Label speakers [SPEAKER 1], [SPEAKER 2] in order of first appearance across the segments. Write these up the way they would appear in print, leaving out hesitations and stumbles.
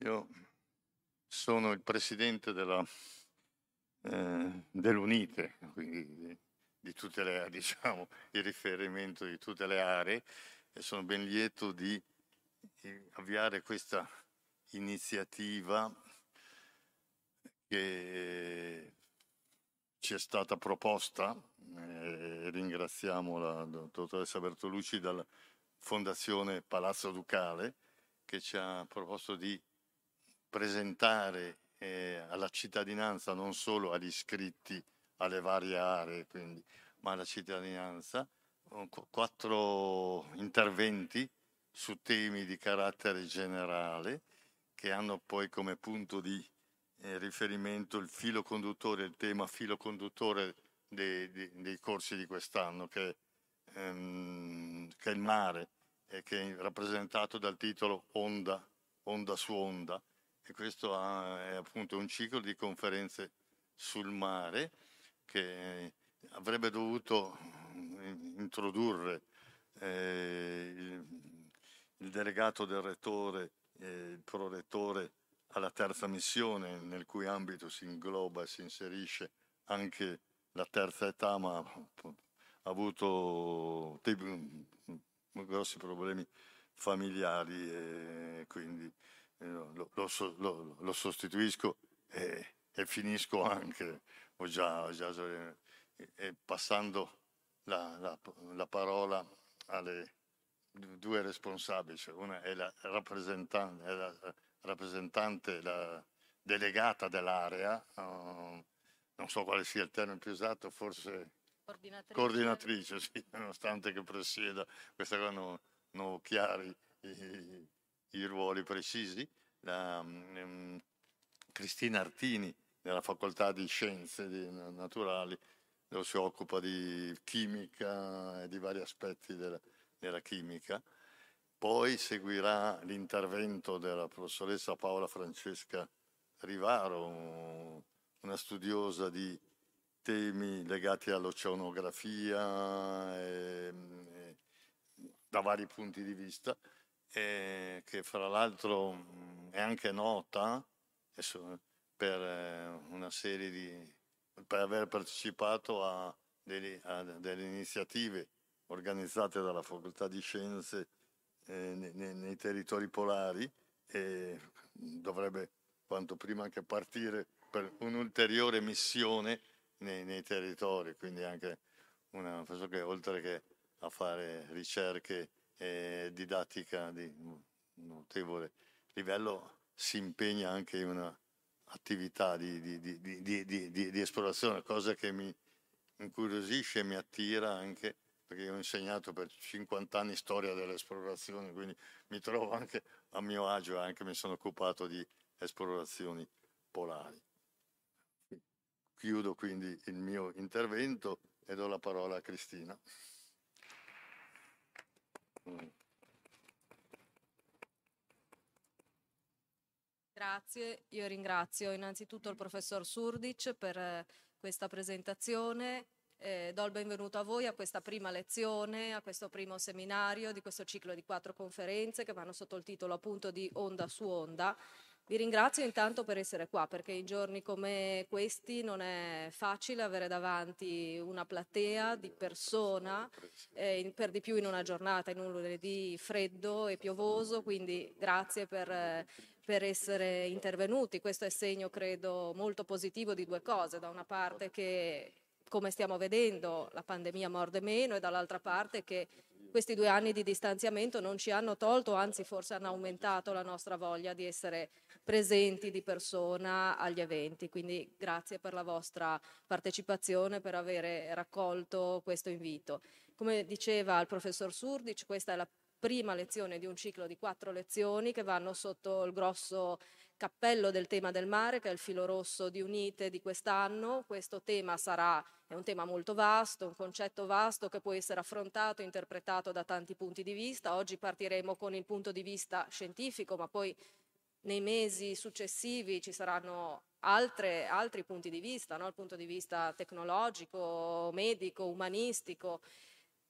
[SPEAKER 1] Io sono il presidente dell'UNITE, quindi di tutte le, diciamo, il riferimento di tutte le aree, e sono ben lieto di avviare questa iniziativa che ci è stata proposta. Ringraziamo la dottoressa Bertolucci dalla Fondazione Palazzo Ducale, che ci ha proposto di presentare alla cittadinanza, non solo agli iscritti alle varie aree, quindi, ma alla cittadinanza, 4 interventi su temi di carattere generale che hanno poi come punto di riferimento il filo conduttore, il tema filo conduttore dei corsi di quest'anno, che è il mare, e che è rappresentato dal titolo Onda, Onda su Onda. E questo è appunto un ciclo di conferenze sul mare che avrebbe dovuto introdurre il delegato del rettore e il prorettore alla terza missione, nel cui ambito si ingloba e si inserisce anche la terza età, ma ha avuto grossi problemi familiari, e quindi lo sostituisco e finisco anche, passando la parola alle due responsabili, cioè una è la rappresentante, la delegata dell'area, non so quale sia il termine più esatto, forse coordinatrice, sì, nonostante che presieda, questa cosa non ho chiari i ruoli precisi, Cristina Artini della Facoltà di Scienze Naturali, dove si occupa di chimica e di vari aspetti della chimica. Poi seguirà l'intervento della professoressa Paola Francesca Rivaro, una studiosa di temi legati all'oceanografia da vari punti di vista, che fra l'altro è anche nota per una serie per aver partecipato a delle iniziative organizzate dalla Facoltà di Scienze nei territori polari, e dovrebbe quanto prima anche partire per un'ulteriore missione nei territori, quindi anche penso che oltre che a fare ricerche e didattica di notevole livello, si impegna anche in una attività di esplorazione, cosa che mi incuriosisce e mi attira anche perché io ho insegnato per 50 anni storia delle esplorazioni, quindi mi trovo anche a mio agio, anche mi sono occupato di esplorazioni polari. Chiudo quindi il mio intervento e do la parola a Cristina.
[SPEAKER 2] Grazie, io ringrazio innanzitutto il professor Surdic per questa presentazione. Do il benvenuto a voi a questa prima lezione, a questo primo seminario di questo ciclo di 4 conferenze che vanno sotto il titolo appunto di Onda su Onda. Vi ringrazio intanto per essere qua, perché in giorni come questi non è facile avere davanti una platea di persona, per di più in una giornata, in un lunedì freddo e piovoso, quindi grazie per essere intervenuti. Questo è segno, credo, molto positivo di 2 cose. Da una parte che, come stiamo vedendo, la pandemia morde meno, e dall'altra parte che questi 2 anni di distanziamento non ci hanno tolto, anzi forse hanno aumentato la nostra voglia di essere presenti di persona agli eventi. Quindi grazie per la vostra partecipazione, per avere raccolto questo invito. Come diceva il professor Surdic, questa è la prima lezione di un ciclo di 4 lezioni che vanno sotto il grosso cappello del tema del mare, che è il filo rosso di UNITE di quest'anno. Questo tema è un tema molto vasto, un concetto vasto che può essere affrontato e interpretato da tanti punti di vista. Oggi partiremo con il punto di vista scientifico, ma poi nei mesi successivi ci saranno altri punti di vista, no? Il punto di vista tecnologico, medico, umanistico.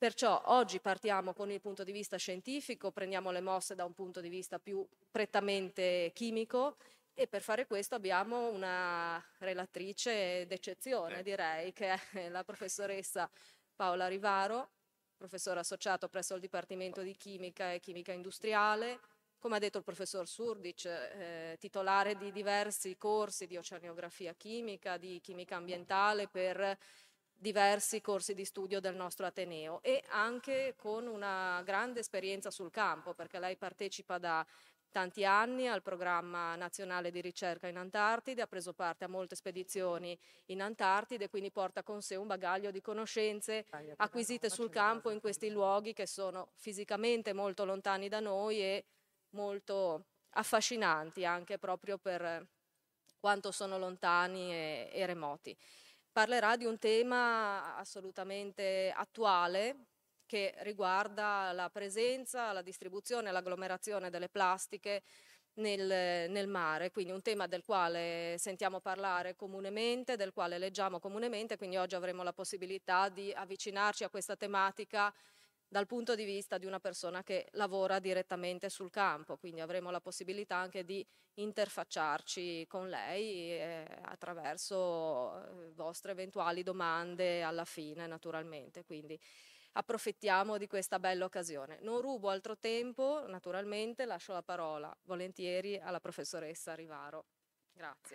[SPEAKER 2] Perciò oggi partiamo con il punto di vista scientifico, prendiamo le mosse da un punto di vista più prettamente chimico e per fare questo abbiamo una relatrice d'eccezione, direi, che è la professoressa Paola Rivaro, professore associato presso il Dipartimento di Chimica e Chimica Industriale, come ha detto il professor Surdic, titolare di diversi corsi di oceanografia chimica, di chimica ambientale per diversi corsi di studio del nostro Ateneo e anche con una grande esperienza sul campo, perché lei partecipa da tanti anni al programma nazionale di ricerca in Antartide, ha preso parte a molte spedizioni in Antartide, quindi porta con sé un bagaglio di conoscenze acquisite sul campo in questi luoghi che sono fisicamente molto lontani da noi e molto affascinanti anche proprio per quanto sono lontani e remoti. Parlerà di un tema assolutamente attuale che riguarda la presenza, la distribuzione e l'agglomerazione delle plastiche nel mare, quindi un tema del quale sentiamo parlare comunemente, del quale leggiamo comunemente, quindi oggi avremo la possibilità di avvicinarci a questa tematica dal punto di vista di una persona che lavora direttamente sul campo, quindi avremo la possibilità anche di interfacciarci con lei attraverso vostre eventuali domande alla fine, naturalmente. Quindi approfittiamo di questa bella occasione. Non rubo altro tempo, naturalmente, lascio la parola volentieri alla professoressa Rivaro. Grazie.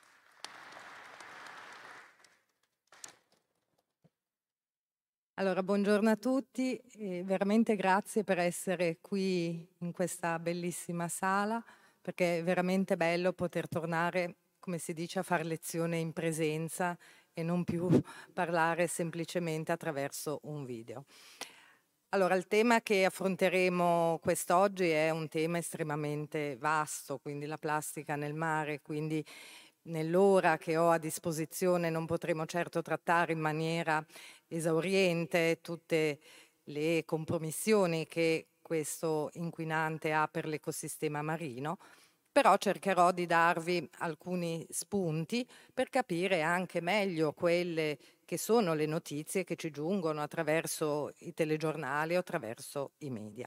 [SPEAKER 3] Allora, buongiorno a tutti e veramente grazie per essere qui in questa bellissima sala, perché è veramente bello poter tornare, come si dice, a fare lezione in presenza e non più parlare semplicemente attraverso un video. Allora, il tema che affronteremo quest'oggi è un tema estremamente vasto, quindi la plastica nel mare, quindi nell'ora che ho a disposizione non potremo certo trattare in maniera esauriente tutte le compromissioni che questo inquinante ha per l'ecosistema marino, però cercherò di darvi alcuni spunti per capire anche meglio quelle che sono le notizie che ci giungono attraverso i telegiornali o attraverso i media.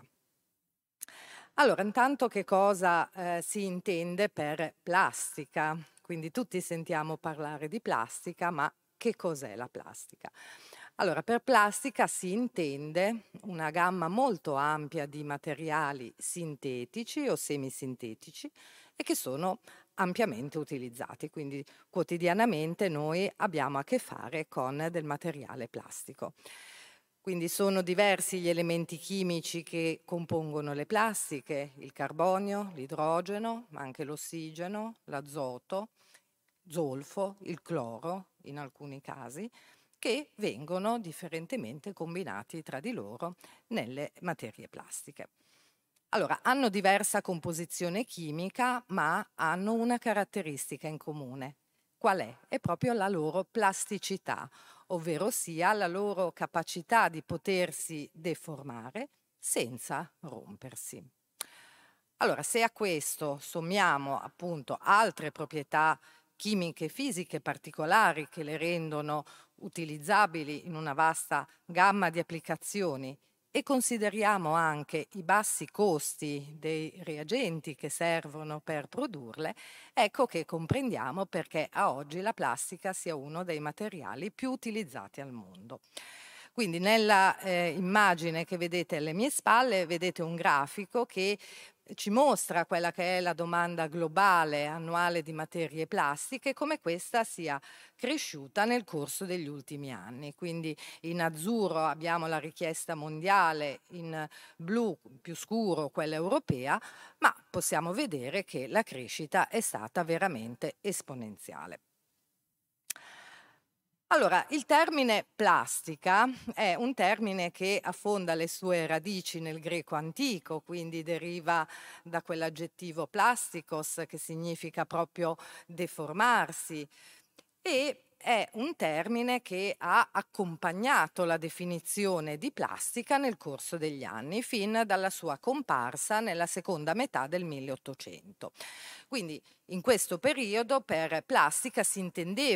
[SPEAKER 3] Allora, intanto che cosa si intende per plastica? Quindi tutti sentiamo parlare di plastica, ma che cos'è la plastica? Allora, per plastica si intende una gamma molto ampia di materiali sintetici o semisintetici e che sono ampiamente utilizzati, quindi quotidianamente noi abbiamo a che fare con del materiale plastico. Quindi sono diversi gli elementi chimici che compongono le plastiche, il carbonio, l'idrogeno, ma anche l'ossigeno, l'azoto, zolfo, il cloro in alcuni casi, che vengono differentemente combinati tra di loro nelle materie plastiche. Allora, hanno diversa composizione chimica, ma hanno una caratteristica in comune. Qual è? È proprio la loro plasticità, ovvero sia la loro capacità di potersi deformare senza rompersi. Allora, se a questo sommiamo appunto altre proprietà chimiche e fisiche particolari che le rendono utilizzabili in una vasta gamma di applicazioni e consideriamo anche i bassi costi dei reagenti che servono per produrle, ecco che comprendiamo perché a oggi la plastica sia uno dei materiali più utilizzati al mondo. Quindi nella immagine che vedete alle mie spalle vedete un grafico che ci mostra quella che è la domanda globale annuale di materie plastiche, come questa sia cresciuta nel corso degli ultimi anni. Quindi in azzurro abbiamo la richiesta mondiale, in blu più scuro quella europea, ma possiamo vedere che la crescita è stata veramente esponenziale. Allora, il termine plastica è un termine che affonda le sue radici nel greco antico, quindi deriva da quell'aggettivo plasticos che significa proprio deformarsi e è un termine che ha accompagnato la definizione di plastica nel corso degli anni, fin dalla sua comparsa nella seconda metà del 1800. Quindi in questo periodo per plastica si intendeva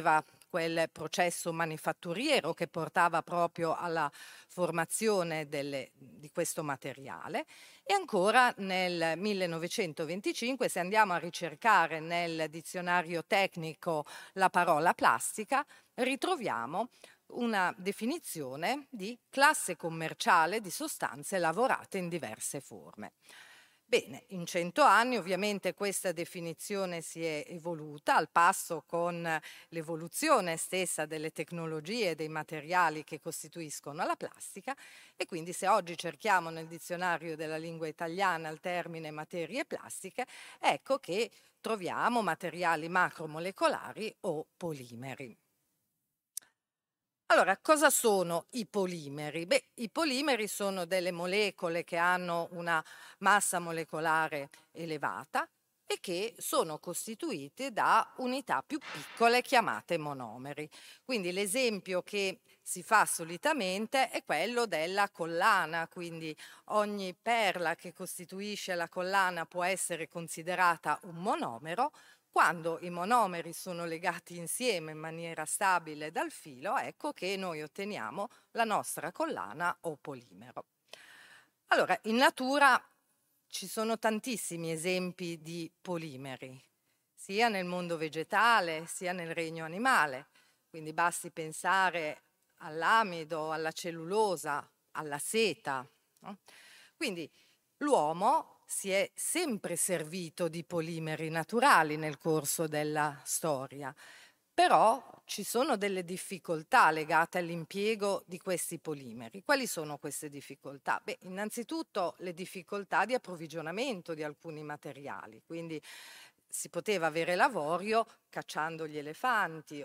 [SPEAKER 3] quel processo manifatturiero che portava proprio alla formazione di questo materiale. E ancora nel 1925, se andiamo a ricercare nel dizionario tecnico la parola plastica, ritroviamo una definizione di classe commerciale di sostanze lavorate in diverse forme. Bene, in 100 anni ovviamente questa definizione si è evoluta al passo con l'evoluzione stessa delle tecnologie e dei materiali che costituiscono la plastica, e quindi se oggi cerchiamo nel dizionario della lingua italiana il termine materie plastiche, ecco che troviamo materiali macromolecolari o polimeri. Allora, cosa sono i polimeri? Beh, i polimeri sono delle molecole che hanno una massa molecolare elevata e che sono costituite da unità più piccole chiamate monomeri. Quindi l'esempio che si fa solitamente è quello della collana, quindi ogni perla che costituisce la collana può essere considerata un monomero. Quando i monomeri sono legati insieme in maniera stabile dal filo, ecco che noi otteniamo la nostra collana o polimero. Allora, in natura ci sono tantissimi esempi di polimeri, sia nel mondo vegetale sia nel regno animale, quindi basti pensare all'amido, alla cellulosa, alla seta, no? Quindi l'uomo si è sempre servito di polimeri naturali nel corso della storia, però ci sono delle difficoltà legate all'impiego di questi polimeri. Quali sono queste difficoltà? Beh, innanzitutto le difficoltà di approvvigionamento di alcuni materiali, quindi si poteva avere l'avorio cacciando gli elefanti,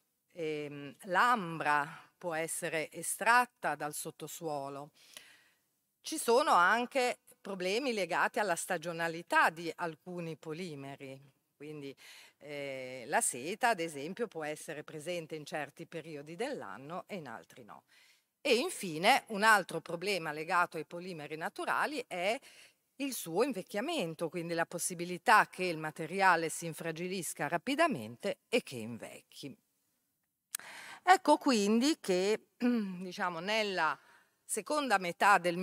[SPEAKER 3] l'ambra può essere estratta dal sottosuolo. Ci sono anche problemi legati alla stagionalità di alcuni polimeri, quindi la seta ad esempio può essere presente in certi periodi dell'anno e in altri no. E infine un altro problema legato ai polimeri naturali è il suo invecchiamento, quindi la possibilità che il materiale si infragilisca rapidamente e che invecchi. Ecco quindi che diciamo nella seconda metà del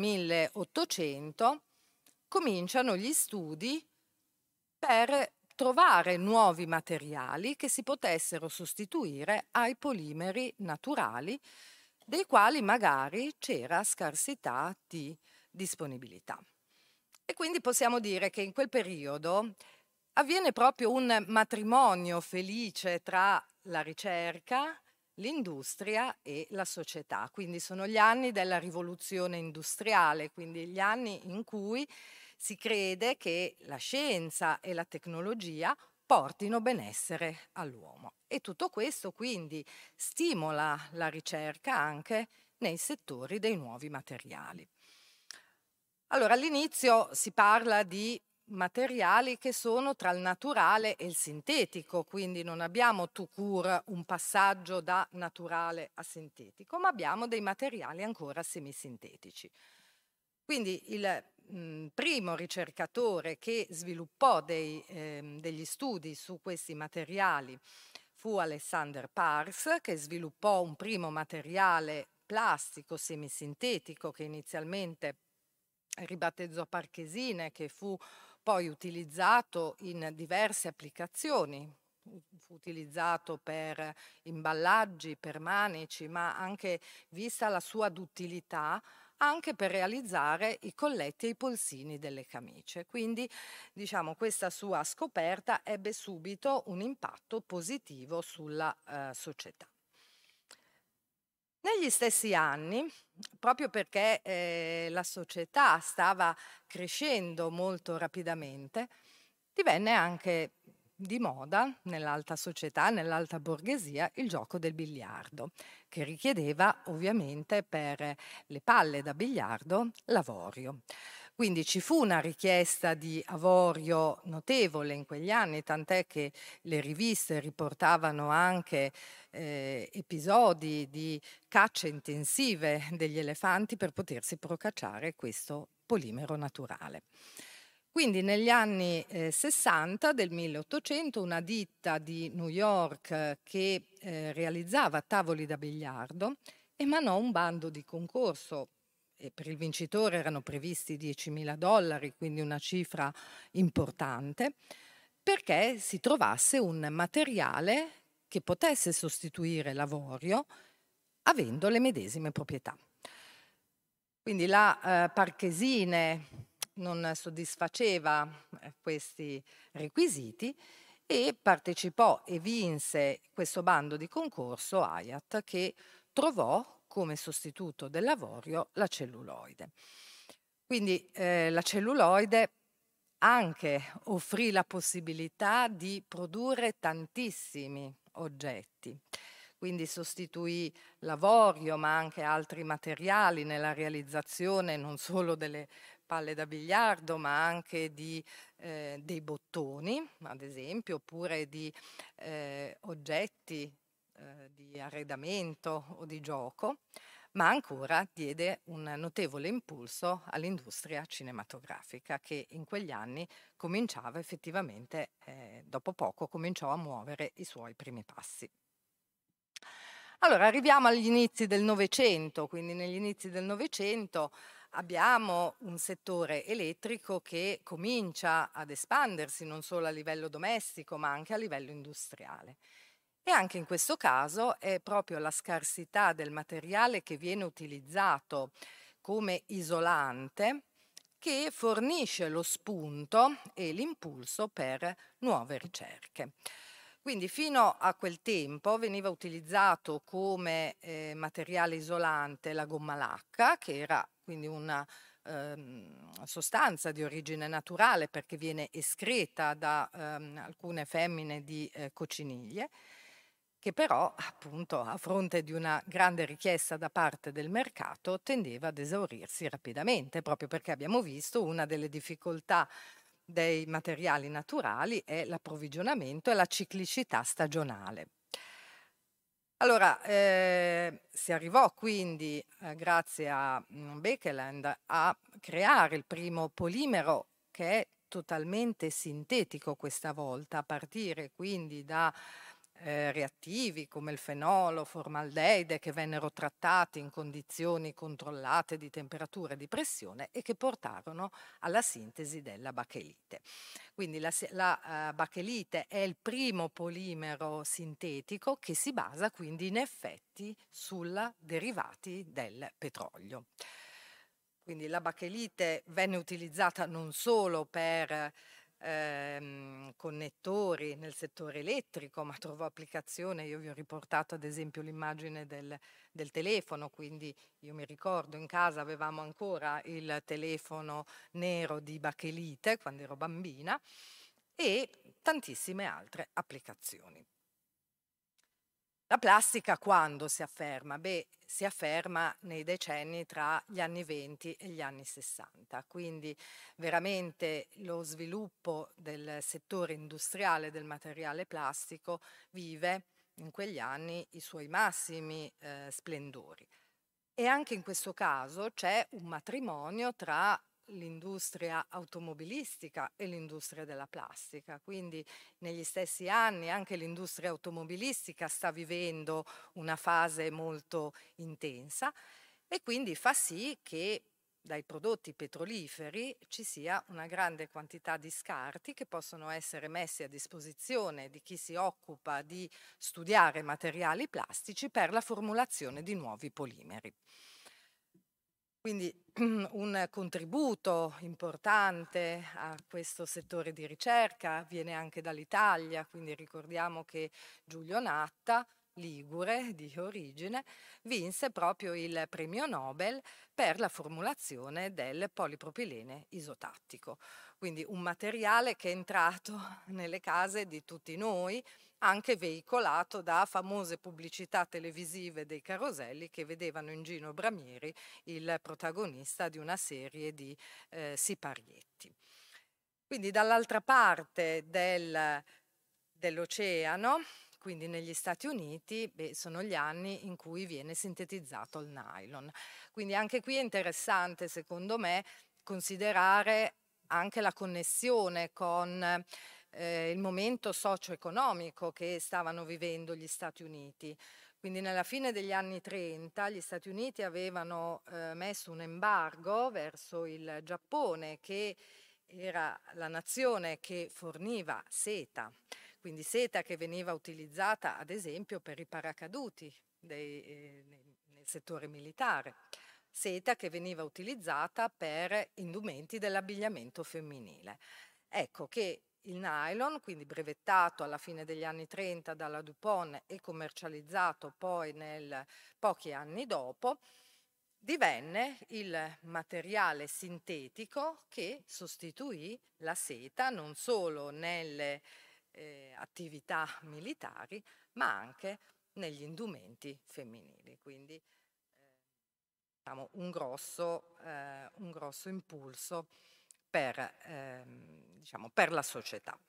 [SPEAKER 3] 1800 cominciano gli studi per trovare nuovi materiali che si potessero sostituire ai polimeri naturali, dei quali magari c'era scarsità di disponibilità. E quindi possiamo dire che in quel periodo avviene proprio un matrimonio felice tra la ricerca, l'industria e la società. Quindi sono gli anni della rivoluzione industriale, quindi gli anni in cui si crede che la scienza e la tecnologia portino benessere all'uomo. E tutto questo quindi stimola la ricerca anche nei settori dei nuovi materiali. Allora, all'inizio si parla di materiali che sono tra il naturale e il sintetico, quindi non abbiamo tout court un passaggio da naturale a sintetico, ma abbiamo dei materiali ancora semisintetici. Quindi il primo ricercatore che sviluppò degli studi su questi materiali fu Alexander Parkes, che sviluppò un primo materiale plastico semisintetico che inizialmente ribattezzò parchesine, che fu poi utilizzato in diverse applicazioni. Fu utilizzato per imballaggi, per manici, ma anche vista la sua duttilità, anche per realizzare i colletti e i polsini delle camicie. Quindi, diciamo, questa sua scoperta ebbe subito un impatto positivo sulla società. Negli stessi anni, proprio perché la società stava crescendo molto rapidamente, divenne anche di moda nell'alta società, nell'alta borghesia, il gioco del biliardo, che richiedeva ovviamente per le palle da biliardo l'avorio. Quindi ci fu una richiesta di avorio notevole in quegli anni, tant'è che le riviste riportavano anche episodi di cacce intensive degli elefanti per potersi procacciare questo polimero naturale. Quindi negli anni 60 del 1800 una ditta di New York che realizzava tavoli da biliardo emanò un bando di concorso e per il vincitore erano previsti $10.000, quindi una cifra importante, perché si trovasse un materiale che potesse sostituire l'avorio avendo le medesime proprietà. Quindi la Parchesine non soddisfaceva questi requisiti e partecipò e vinse questo bando di concorso Haiat, che trovò come sostituto dell'avorio la celluloide. Quindi la celluloide anche offrì la possibilità di produrre tantissimi oggetti. Quindi sostituì l'avorio ma anche altri materiali nella realizzazione non solo delle palle da biliardo ma anche dei bottoni, ad esempio, oppure di oggetti di arredamento o di gioco, ma ancora diede un notevole impulso all'industria cinematografica che in quegli anni cominciava effettivamente, dopo poco cominciò a muovere i suoi primi passi. Allora, arriviamo agli inizi del Novecento, quindi negli inizi del Novecento abbiamo un settore elettrico che comincia ad espandersi non solo a livello domestico ma anche a livello industriale. E anche in questo caso è proprio la scarsità del materiale che viene utilizzato come isolante che fornisce lo spunto e l'impulso per nuove ricerche. Quindi fino a quel tempo veniva utilizzato come materiale isolante la gomma lacca, che era quindi una sostanza di origine naturale perché viene escreta da alcune femmine di cocciniglie, che però appunto a fronte di una grande richiesta da parte del mercato tendeva ad esaurirsi rapidamente, proprio perché abbiamo visto una delle difficoltà dei materiali naturali è l'approvvigionamento e la ciclicità stagionale. Allora, si arrivò quindi, grazie a Bekeland, a creare il primo polimero che è totalmente sintetico questa volta, a partire quindi da reattivi come il fenolo, formaldeide, che vennero trattati in condizioni controllate di temperatura e di pressione e che portarono alla sintesi della bachelite. Quindi la bachelite è il primo polimero sintetico che si basa quindi in effetti sui derivati del petrolio. Quindi la bachelite venne utilizzata non solo per connettori nel settore elettrico, ma trovò applicazione. Io vi ho riportato ad esempio l'immagine del telefono, quindi io mi ricordo in casa avevamo ancora il telefono nero di bachelite quando ero bambina e tantissime altre applicazioni. La plastica quando si afferma? Beh, si afferma nei decenni tra gli anni 20 e gli anni 60, quindi veramente lo sviluppo del settore industriale del materiale plastico vive in quegli anni i suoi massimi splendori. E anche in questo caso c'è un matrimonio tra l'industria automobilistica e l'industria della plastica, quindi negli stessi anni anche l'industria automobilistica sta vivendo una fase molto intensa e quindi fa sì che dai prodotti petroliferi ci sia una grande quantità di scarti che possono essere messi a disposizione di chi si occupa di studiare materiali plastici per la formulazione di nuovi polimeri. Quindi un contributo importante a questo settore di ricerca viene anche dall'Italia, quindi ricordiamo che Giulio Natta, ligure di origine, vinse proprio il premio Nobel per la formulazione del polipropilene isotattico, quindi un materiale che è entrato nelle case di tutti noi, anche veicolato da famose pubblicità televisive dei caroselli che vedevano in Gino Bramieri il protagonista di una serie di siparietti. Quindi dall'altra parte dell'oceano, quindi negli Stati Uniti, sono gli anni in cui viene sintetizzato il nylon. Quindi anche qui è interessante, secondo me, considerare anche la connessione con il momento socio-economico che stavano vivendo gli Stati Uniti. Quindi nella fine degli anni 30 gli Stati Uniti avevano messo un embargo verso il Giappone, che era la nazione che forniva seta, quindi seta che veniva utilizzata ad esempio per i paracaduti nel settore militare, seta che veniva utilizzata per indumenti dell'abbigliamento femminile. Ecco che il nylon, quindi brevettato alla fine degli anni 30 dalla DuPont e commercializzato poi pochi anni dopo, divenne il materiale sintetico che sostituì la seta non solo nelle attività militari, ma anche negli indumenti femminili. Quindi diciamo un grosso impulso per la società.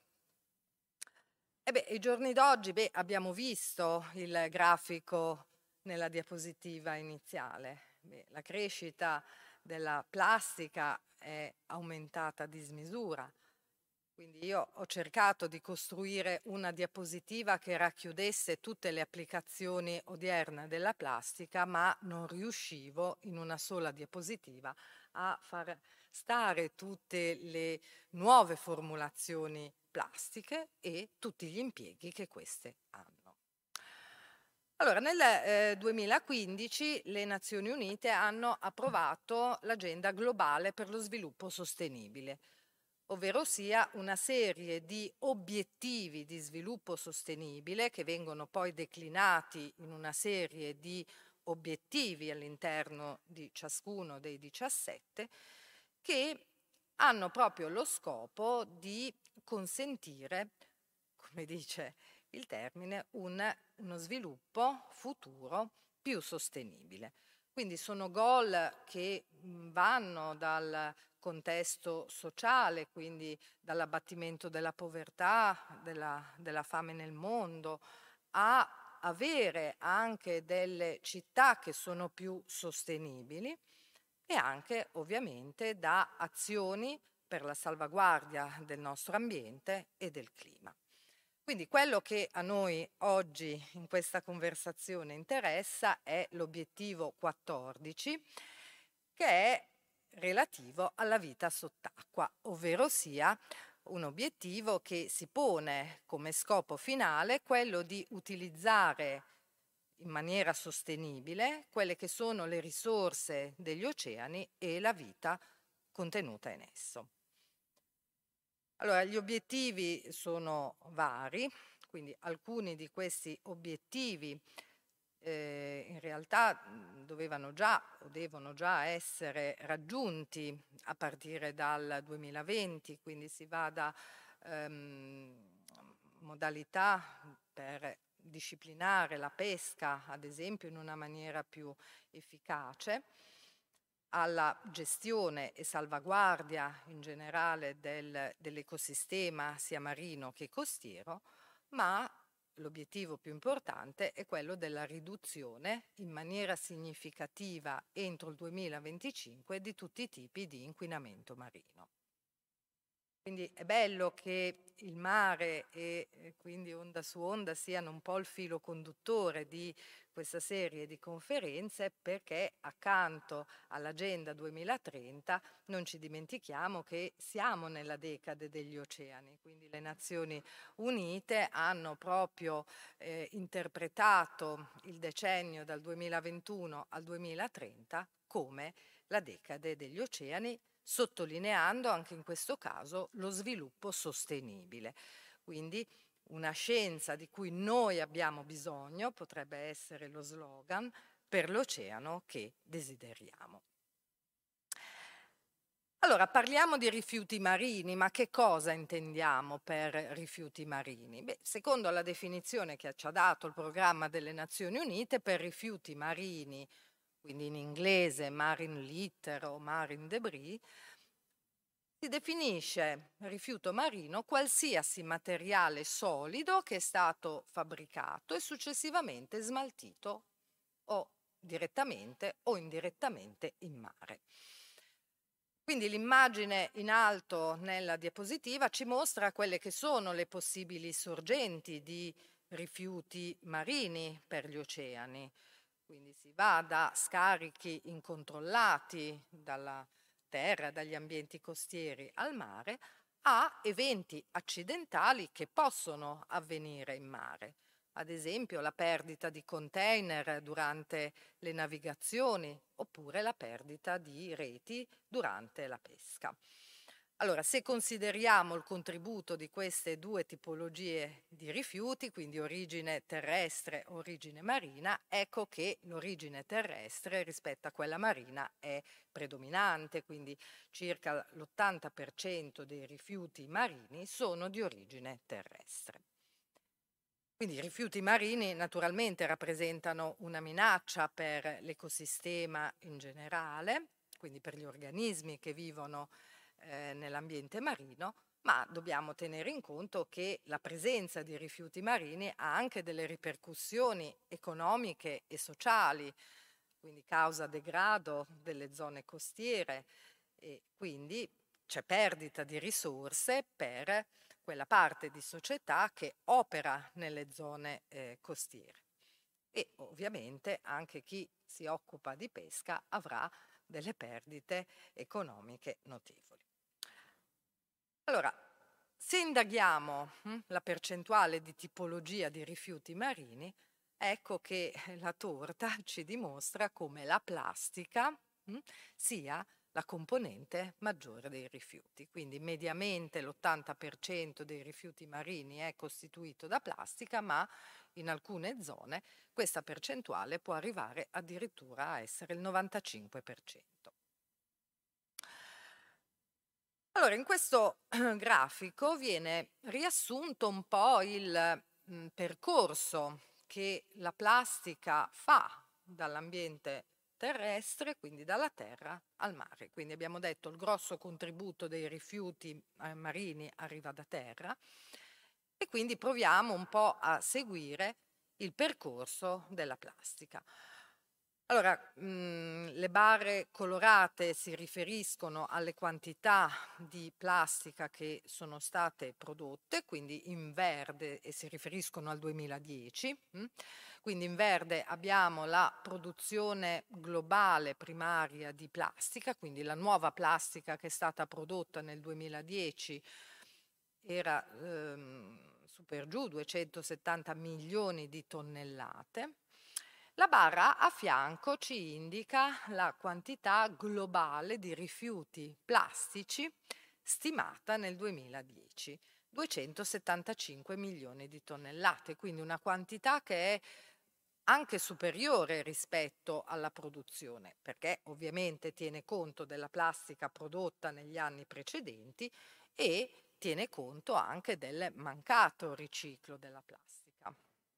[SPEAKER 3] I giorni d'oggi abbiamo visto il grafico nella diapositiva iniziale. La crescita della plastica è aumentata a dismisura. Quindi io ho cercato di costruire una diapositiva che racchiudesse tutte le applicazioni odierne della plastica, ma non riuscivo in una sola diapositiva a far stare tutte le nuove formulazioni plastiche e tutti gli impieghi che queste hanno. Allora, nel 2015 le Nazioni Unite hanno approvato l'Agenda Globale per lo Sviluppo Sostenibile, ovvero sia una serie di obiettivi di sviluppo sostenibile che vengono poi declinati in una serie di obiettivi all'interno di ciascuno dei 17, che hanno proprio lo scopo di consentire, come dice il termine, uno sviluppo futuro più sostenibile. Quindi sono goal che vanno dal contesto sociale, quindi dall'abbattimento della povertà, della fame nel mondo, a avere anche delle città che sono più sostenibili e anche ovviamente da azioni per la salvaguardia del nostro ambiente e del clima. Quindi quello che a noi oggi in questa conversazione interessa è l'obiettivo 14, che è relativo alla vita sott'acqua, ovvero sia un obiettivo che si pone come scopo finale quello di utilizzare in maniera sostenibile quelle che sono le risorse degli oceani e la vita contenuta in esso. Allora, gli obiettivi sono vari, quindi alcuni di questi obiettivi in realtà dovevano già o devono già essere raggiunti a partire dal 2020, quindi si va da modalità per disciplinare la pesca, ad esempio, in una maniera più efficace, alla gestione e salvaguardia in generale dell'ecosistema sia marino che costiero, ma l'obiettivo più importante è quello della riduzione in maniera significativa entro il 2025 di tutti i tipi di inquinamento marino. Quindi è bello che il mare e quindi Onda su Onda siano un po' il filo conduttore di questa serie di conferenze, perché accanto all'Agenda 2030 non ci dimentichiamo che siamo nella decade degli oceani, quindi le Nazioni Unite hanno proprio interpretato il decennio dal 2021 al 2030 come la decade degli oceani, sottolineando anche in questo caso lo sviluppo sostenibile. Quindi una scienza di cui noi abbiamo bisogno potrebbe essere lo slogan per l'oceano che desideriamo. Allora, parliamo di rifiuti marini, ma che cosa intendiamo per rifiuti marini? Secondo la definizione che ci ha dato il programma delle Nazioni Unite, per rifiuti marini, quindi in inglese marine litter o marine debris, si definisce rifiuto marino qualsiasi materiale solido che è stato fabbricato e successivamente smaltito o direttamente o indirettamente in mare. Quindi l'immagine in alto nella diapositiva ci mostra quelle che sono le possibili sorgenti di rifiuti marini per gli oceani. Quindi si va da scarichi incontrollati dalla terra, dagli ambienti costieri al mare, a eventi accidentali che possono avvenire in mare. Ad esempio la perdita di container durante le navigazioni oppure la perdita di reti durante la pesca. Allora, se consideriamo il contributo di queste due tipologie di rifiuti, quindi origine terrestre, origine marina, ecco che l'origine terrestre rispetto a quella marina è predominante, quindi circa l'80% dei rifiuti marini sono di origine terrestre. Quindi i rifiuti marini naturalmente rappresentano una minaccia per l'ecosistema in generale, quindi per gli organismi che vivono nell'ambiente marino, ma dobbiamo tenere in conto che la presenza di rifiuti marini ha anche delle ripercussioni economiche e sociali, quindi causa degrado delle zone costiere e quindi c'è perdita di risorse per quella parte di società che opera nelle zone costiere. E ovviamente anche chi si occupa di pesca avrà delle perdite economiche notevoli. Allora, se indaghiamo la percentuale di tipologia di rifiuti marini, ecco che la torta ci dimostra come la plastica sia la componente maggiore dei rifiuti. Quindi mediamente l'80% dei rifiuti marini è costituito da plastica, ma in alcune zone questa percentuale può arrivare addirittura a essere il 95%. Allora, in questo grafico viene riassunto un po' il percorso che la plastica fa dall'ambiente terrestre, quindi dalla terra al mare. Quindi abbiamo detto il grosso contributo dei rifiuti marini arriva da terra e quindi proviamo un po' a seguire il percorso della plastica. Allora, le barre colorate si riferiscono alle quantità di plastica che sono state prodotte, quindi in verde, e si riferiscono al 2010. Quindi in verde abbiamo la produzione globale primaria di plastica, quindi la nuova plastica che è stata prodotta nel 2010 era su per giù 270 milioni di tonnellate. La barra a fianco ci indica la quantità globale di rifiuti plastici stimata nel 2010, 275 milioni di tonnellate, quindi una quantità che è anche superiore rispetto alla produzione, perché ovviamente tiene conto della plastica prodotta negli anni precedenti e tiene conto anche del mancato riciclo della plastica.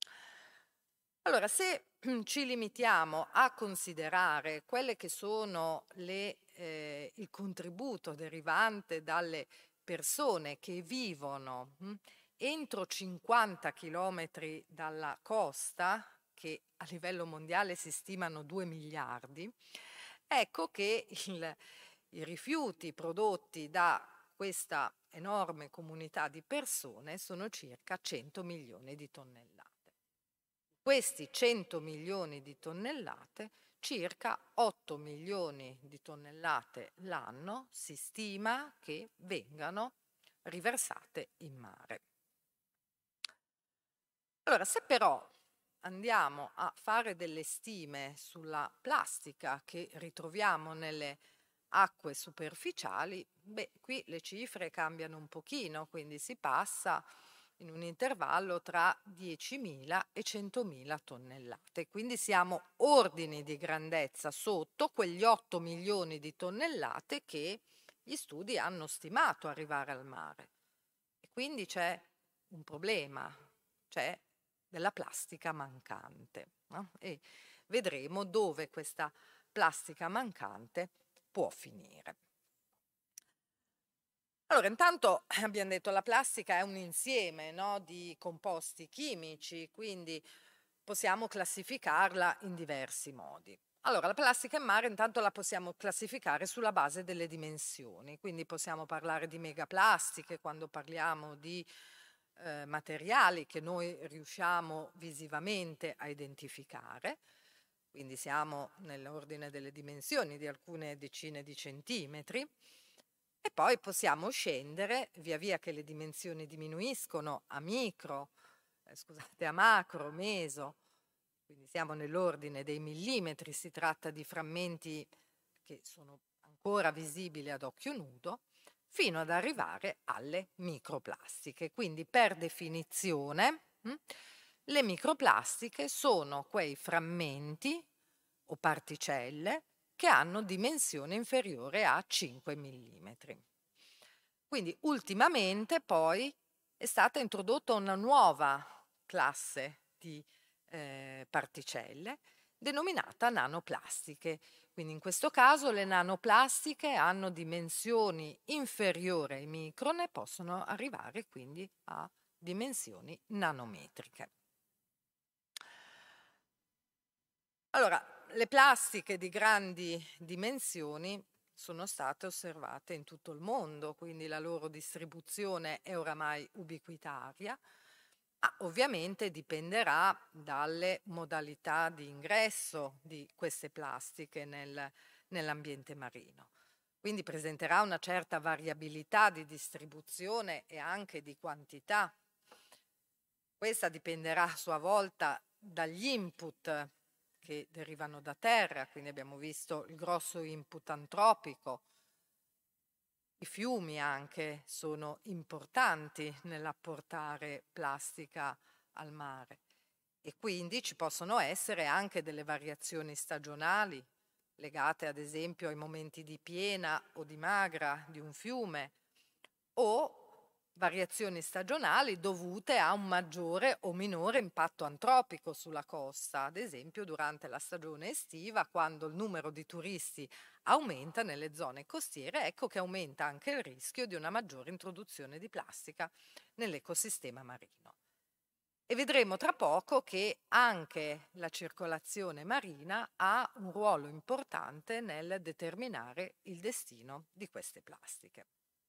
[SPEAKER 3] Allora, se ci limitiamo a considerare quelle che sono il contributo derivante dalle persone che vivono entro 50 chilometri dalla costa, che a livello mondiale si stimano 2 miliardi, ecco che i rifiuti prodotti da questa enorme comunità di persone sono circa 100 milioni di tonnellate. Questi 100 milioni di tonnellate, circa 8 milioni di tonnellate l'anno si stima che vengano riversate in mare. Allora, se però andiamo a fare delle stime sulla plastica che ritroviamo nelle acque superficiali, qui le cifre cambiano un pochino, quindi si passa in un intervallo tra 10.000 e 100.000 tonnellate. Quindi siamo ordini di grandezza sotto quegli 8 milioni di tonnellate che gli studi hanno stimato arrivare al mare. E quindi c'è un problema, c'è della plastica mancante, no? E vedremo dove questa plastica mancante può finire. Allora, intanto abbiamo detto che la plastica è un insieme, no, di composti chimici, quindi possiamo classificarla in diversi modi. Allora, la plastica in mare intanto la possiamo classificare sulla base delle dimensioni, quindi possiamo parlare di megaplastiche quando parliamo di materiali che noi riusciamo visivamente a identificare, quindi siamo nell'ordine delle dimensioni di alcune decine di centimetri, e poi possiamo scendere via via che le dimensioni diminuiscono a a macro, meso, quindi siamo nell'ordine dei millimetri, si tratta di frammenti che sono ancora visibili ad occhio nudo, fino ad arrivare alle microplastiche. Quindi per definizione le microplastiche sono quei frammenti o particelle che hanno dimensione inferiore a 5 millimetri. Quindi ultimamente poi è stata introdotta una nuova classe di particelle denominata nanoplastiche. Quindi in questo caso le nanoplastiche hanno dimensioni inferiori ai micron e possono arrivare quindi a dimensioni nanometriche. Allora, le plastiche di grandi dimensioni sono state osservate in tutto il mondo, quindi la loro distribuzione è oramai ubiquitaria. Ovviamente dipenderà dalle modalità di ingresso di queste plastiche nell'ambiente marino. Quindi presenterà una certa variabilità di distribuzione e anche di quantità. Questa dipenderà a sua volta dagli input che derivano da terra, quindi abbiamo visto il grosso input antropico. I fiumi anche sono importanti nell'apportare plastica al mare e quindi ci possono essere anche delle variazioni stagionali legate ad esempio ai momenti di piena o di magra di un fiume o variazioni stagionali dovute a un maggiore o minore impatto antropico sulla costa, ad esempio durante la stagione estiva, quando il numero di turisti aumenta nelle zone costiere, ecco che aumenta anche il rischio di una maggiore introduzione di plastica nell'ecosistema marino. E vedremo tra poco che anche la circolazione marina ha un ruolo importante nel determinare il destino di queste plastiche.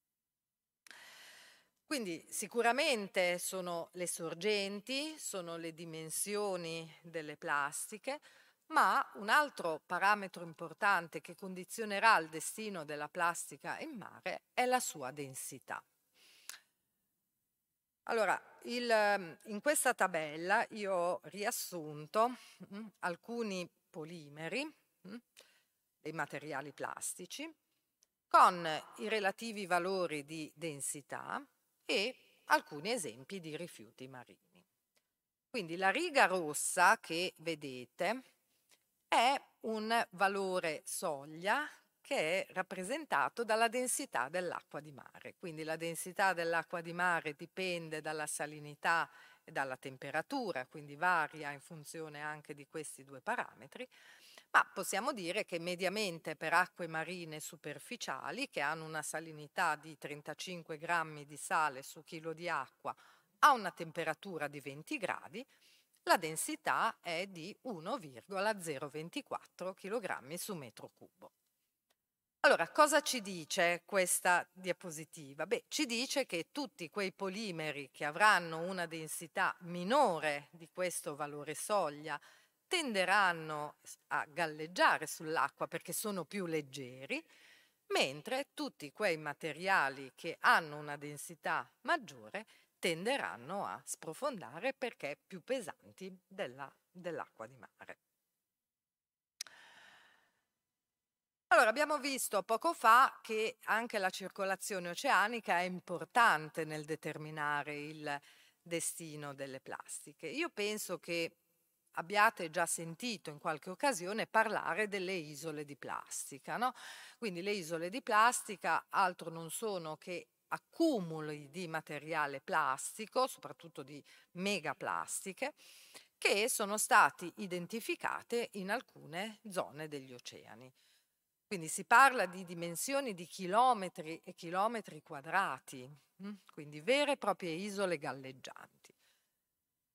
[SPEAKER 3] Quindi sicuramente sono le sorgenti, sono le dimensioni delle plastiche, ma un altro parametro importante che condizionerà il destino della plastica in mare è la sua densità. Allora, in questa tabella io ho riassunto alcuni polimeri, dei materiali plastici, con i relativi valori di densità e alcuni esempi di rifiuti marini. Quindi la riga rossa che vedete è un valore soglia che è rappresentato dalla densità dell'acqua di mare. Quindi la densità dell'acqua di mare dipende dalla salinità e dalla temperatura, quindi varia in funzione anche di questi due parametri, ma possiamo dire che mediamente per acque marine superficiali che hanno una salinità di 35 grammi di sale su chilo di acqua a una temperatura di 20 gradi, la densità è di 1,024 kg su metro cubo. Allora, cosa ci dice questa diapositiva? Beh, ci dice che tutti quei polimeri che avranno una densità minore di questo valore soglia tenderanno a galleggiare sull'acqua perché sono più leggeri, mentre tutti quei materiali che hanno una densità maggiore tenderanno a sprofondare perché più pesanti dell'acqua di mare. Allora, abbiamo visto poco fa che anche la circolazione oceanica è importante nel determinare il destino delle plastiche. Io penso che abbiate già sentito in qualche occasione parlare delle isole di plastica, no? Quindi le isole di plastica altro non sono che accumuli di materiale plastico, soprattutto di megaplastiche, che sono stati identificate in alcune zone degli oceani. Quindi si parla di dimensioni di chilometri e chilometri quadrati, quindi vere e proprie isole galleggianti.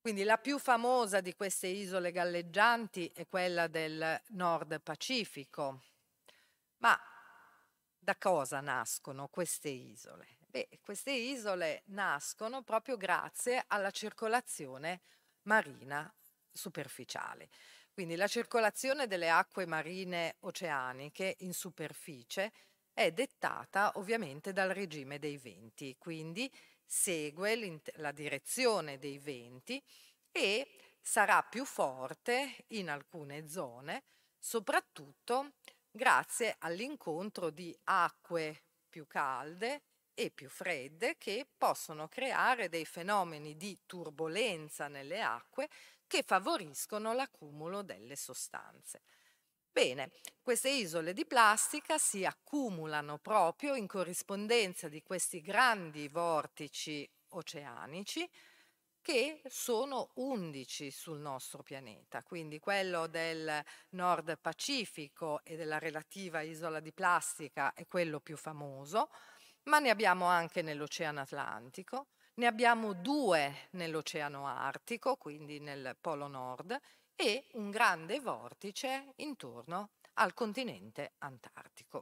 [SPEAKER 3] Quindi la più famosa di queste isole galleggianti è quella del Nord Pacifico. Ma da cosa nascono queste isole? Beh, queste isole nascono proprio grazie alla circolazione marina superficiale. Quindi la circolazione delle acque marine oceaniche in superficie è dettata ovviamente dal regime dei venti, quindi segue la direzione dei venti e sarà più forte in alcune zone, soprattutto grazie all'incontro di acque più calde e più fredde che possono creare dei fenomeni di turbolenza nelle acque che favoriscono l'accumulo delle sostanze. Bene, queste isole di plastica si accumulano proprio in corrispondenza di questi grandi vortici oceanici che sono 11 sul nostro pianeta, quindi quello del Nord Pacifico e della relativa isola di plastica è quello più famoso, ma ne abbiamo anche nell'Oceano Atlantico, ne abbiamo 2 nell'Oceano Artico, quindi nel Polo Nord, e un grande vortice intorno al continente antartico.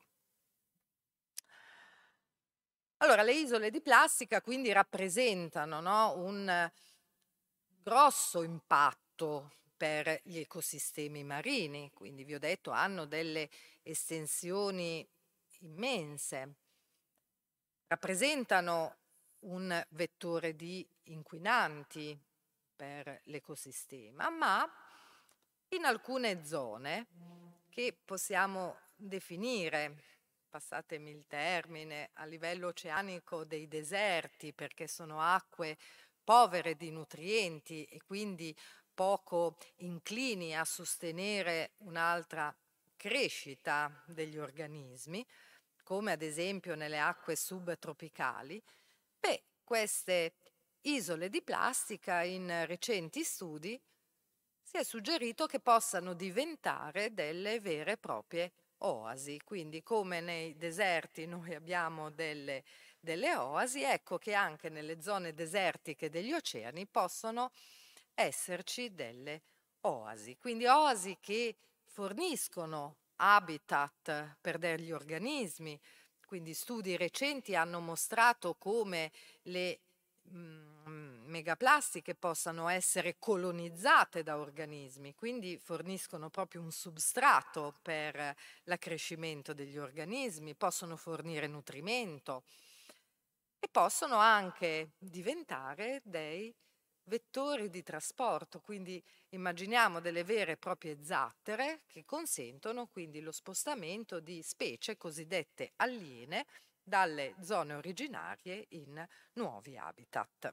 [SPEAKER 3] Allora, le isole di plastica quindi rappresentano, no, un grosso impatto per gli ecosistemi marini, quindi vi ho detto hanno delle estensioni immense, rappresentano un vettore di inquinanti per l'ecosistema, ma in alcune zone che possiamo definire, passatemi il termine, a livello oceanico dei deserti, perché sono acque povere di nutrienti e quindi poco inclini a sostenere un'altra crescita degli organismi, come ad esempio nelle acque subtropicali, beh, queste isole di plastica in recenti studi si è suggerito che possano diventare delle vere e proprie oasi, quindi come nei deserti noi abbiamo delle oasi, ecco che anche nelle zone desertiche degli oceani possono esserci delle oasi, quindi oasi che forniscono habitat per degli organismi, quindi studi recenti hanno mostrato come le megaplastiche possano essere colonizzate da organismi, quindi forniscono proprio un substrato per l'accrescimento degli organismi, possono fornire nutrimento e possono anche diventare dei vettori di trasporto, quindi immaginiamo delle vere e proprie zattere che consentono quindi lo spostamento di specie cosiddette aliene dalle zone originarie in nuovi habitat.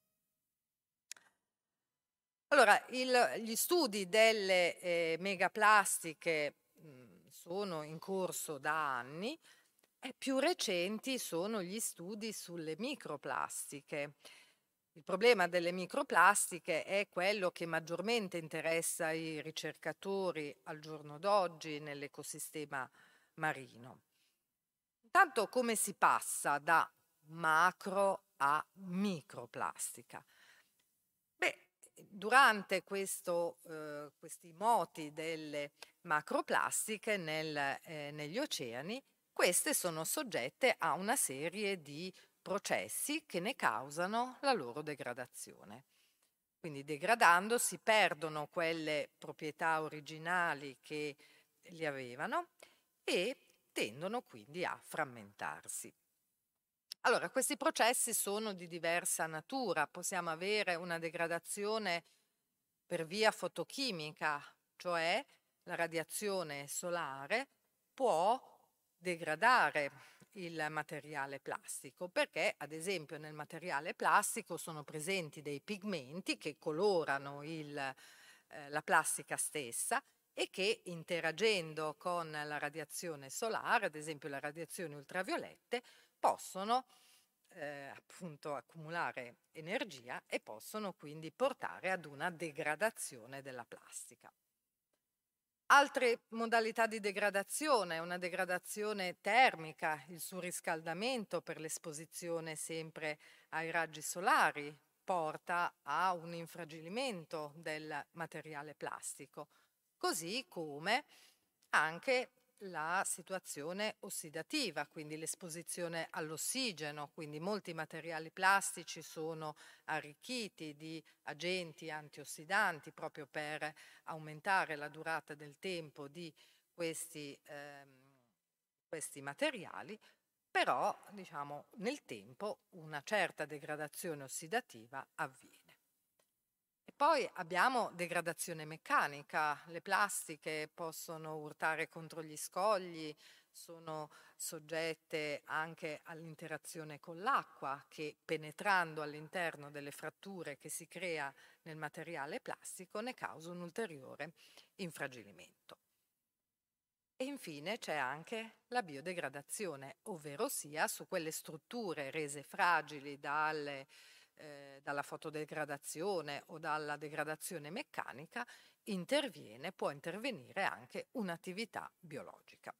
[SPEAKER 3] Allora, gli studi delle megaplastiche sono in corso da anni e più recenti sono gli studi sulle microplastiche. Il problema delle microplastiche è quello che maggiormente interessa i ricercatori al giorno d'oggi nell'ecosistema marino. Intanto come si passa da macro a microplastica? Beh, durante questi moti delle macroplastiche negli oceani, queste sono soggette a una serie di processi che ne causano la loro degradazione. Quindi degradando si perdono quelle proprietà originali che li avevano e tendono quindi a frammentarsi. Allora, questi processi sono di diversa natura, possiamo avere una degradazione per via fotochimica, cioè la radiazione solare può degradare il materiale plastico perché ad esempio nel materiale plastico sono presenti dei pigmenti che colorano la plastica stessa e che interagendo con la radiazione solare, ad esempio le radiazioni ultraviolette, possono appunto accumulare energia e possono quindi portare ad una degradazione della plastica. Altre modalità di degradazione, una degradazione termica, il surriscaldamento per l'esposizione sempre ai raggi solari porta a un infragilimento del materiale plastico, così come anche la situazione ossidativa, quindi l'esposizione all'ossigeno, quindi molti materiali plastici sono arricchiti di agenti antiossidanti proprio per aumentare la durata del tempo di questi materiali, però diciamo nel tempo una certa degradazione ossidativa avviene. E poi abbiamo degradazione meccanica, le plastiche possono urtare contro gli scogli, sono soggette anche all'interazione con l'acqua che, penetrando all'interno delle fratture che si crea nel materiale plastico, ne causa un ulteriore infragilimento. E infine c'è anche la biodegradazione, ovvero sia su quelle strutture rese fragili dalla fotodegradazione o dalla degradazione meccanica, può intervenire anche un'attività biologica.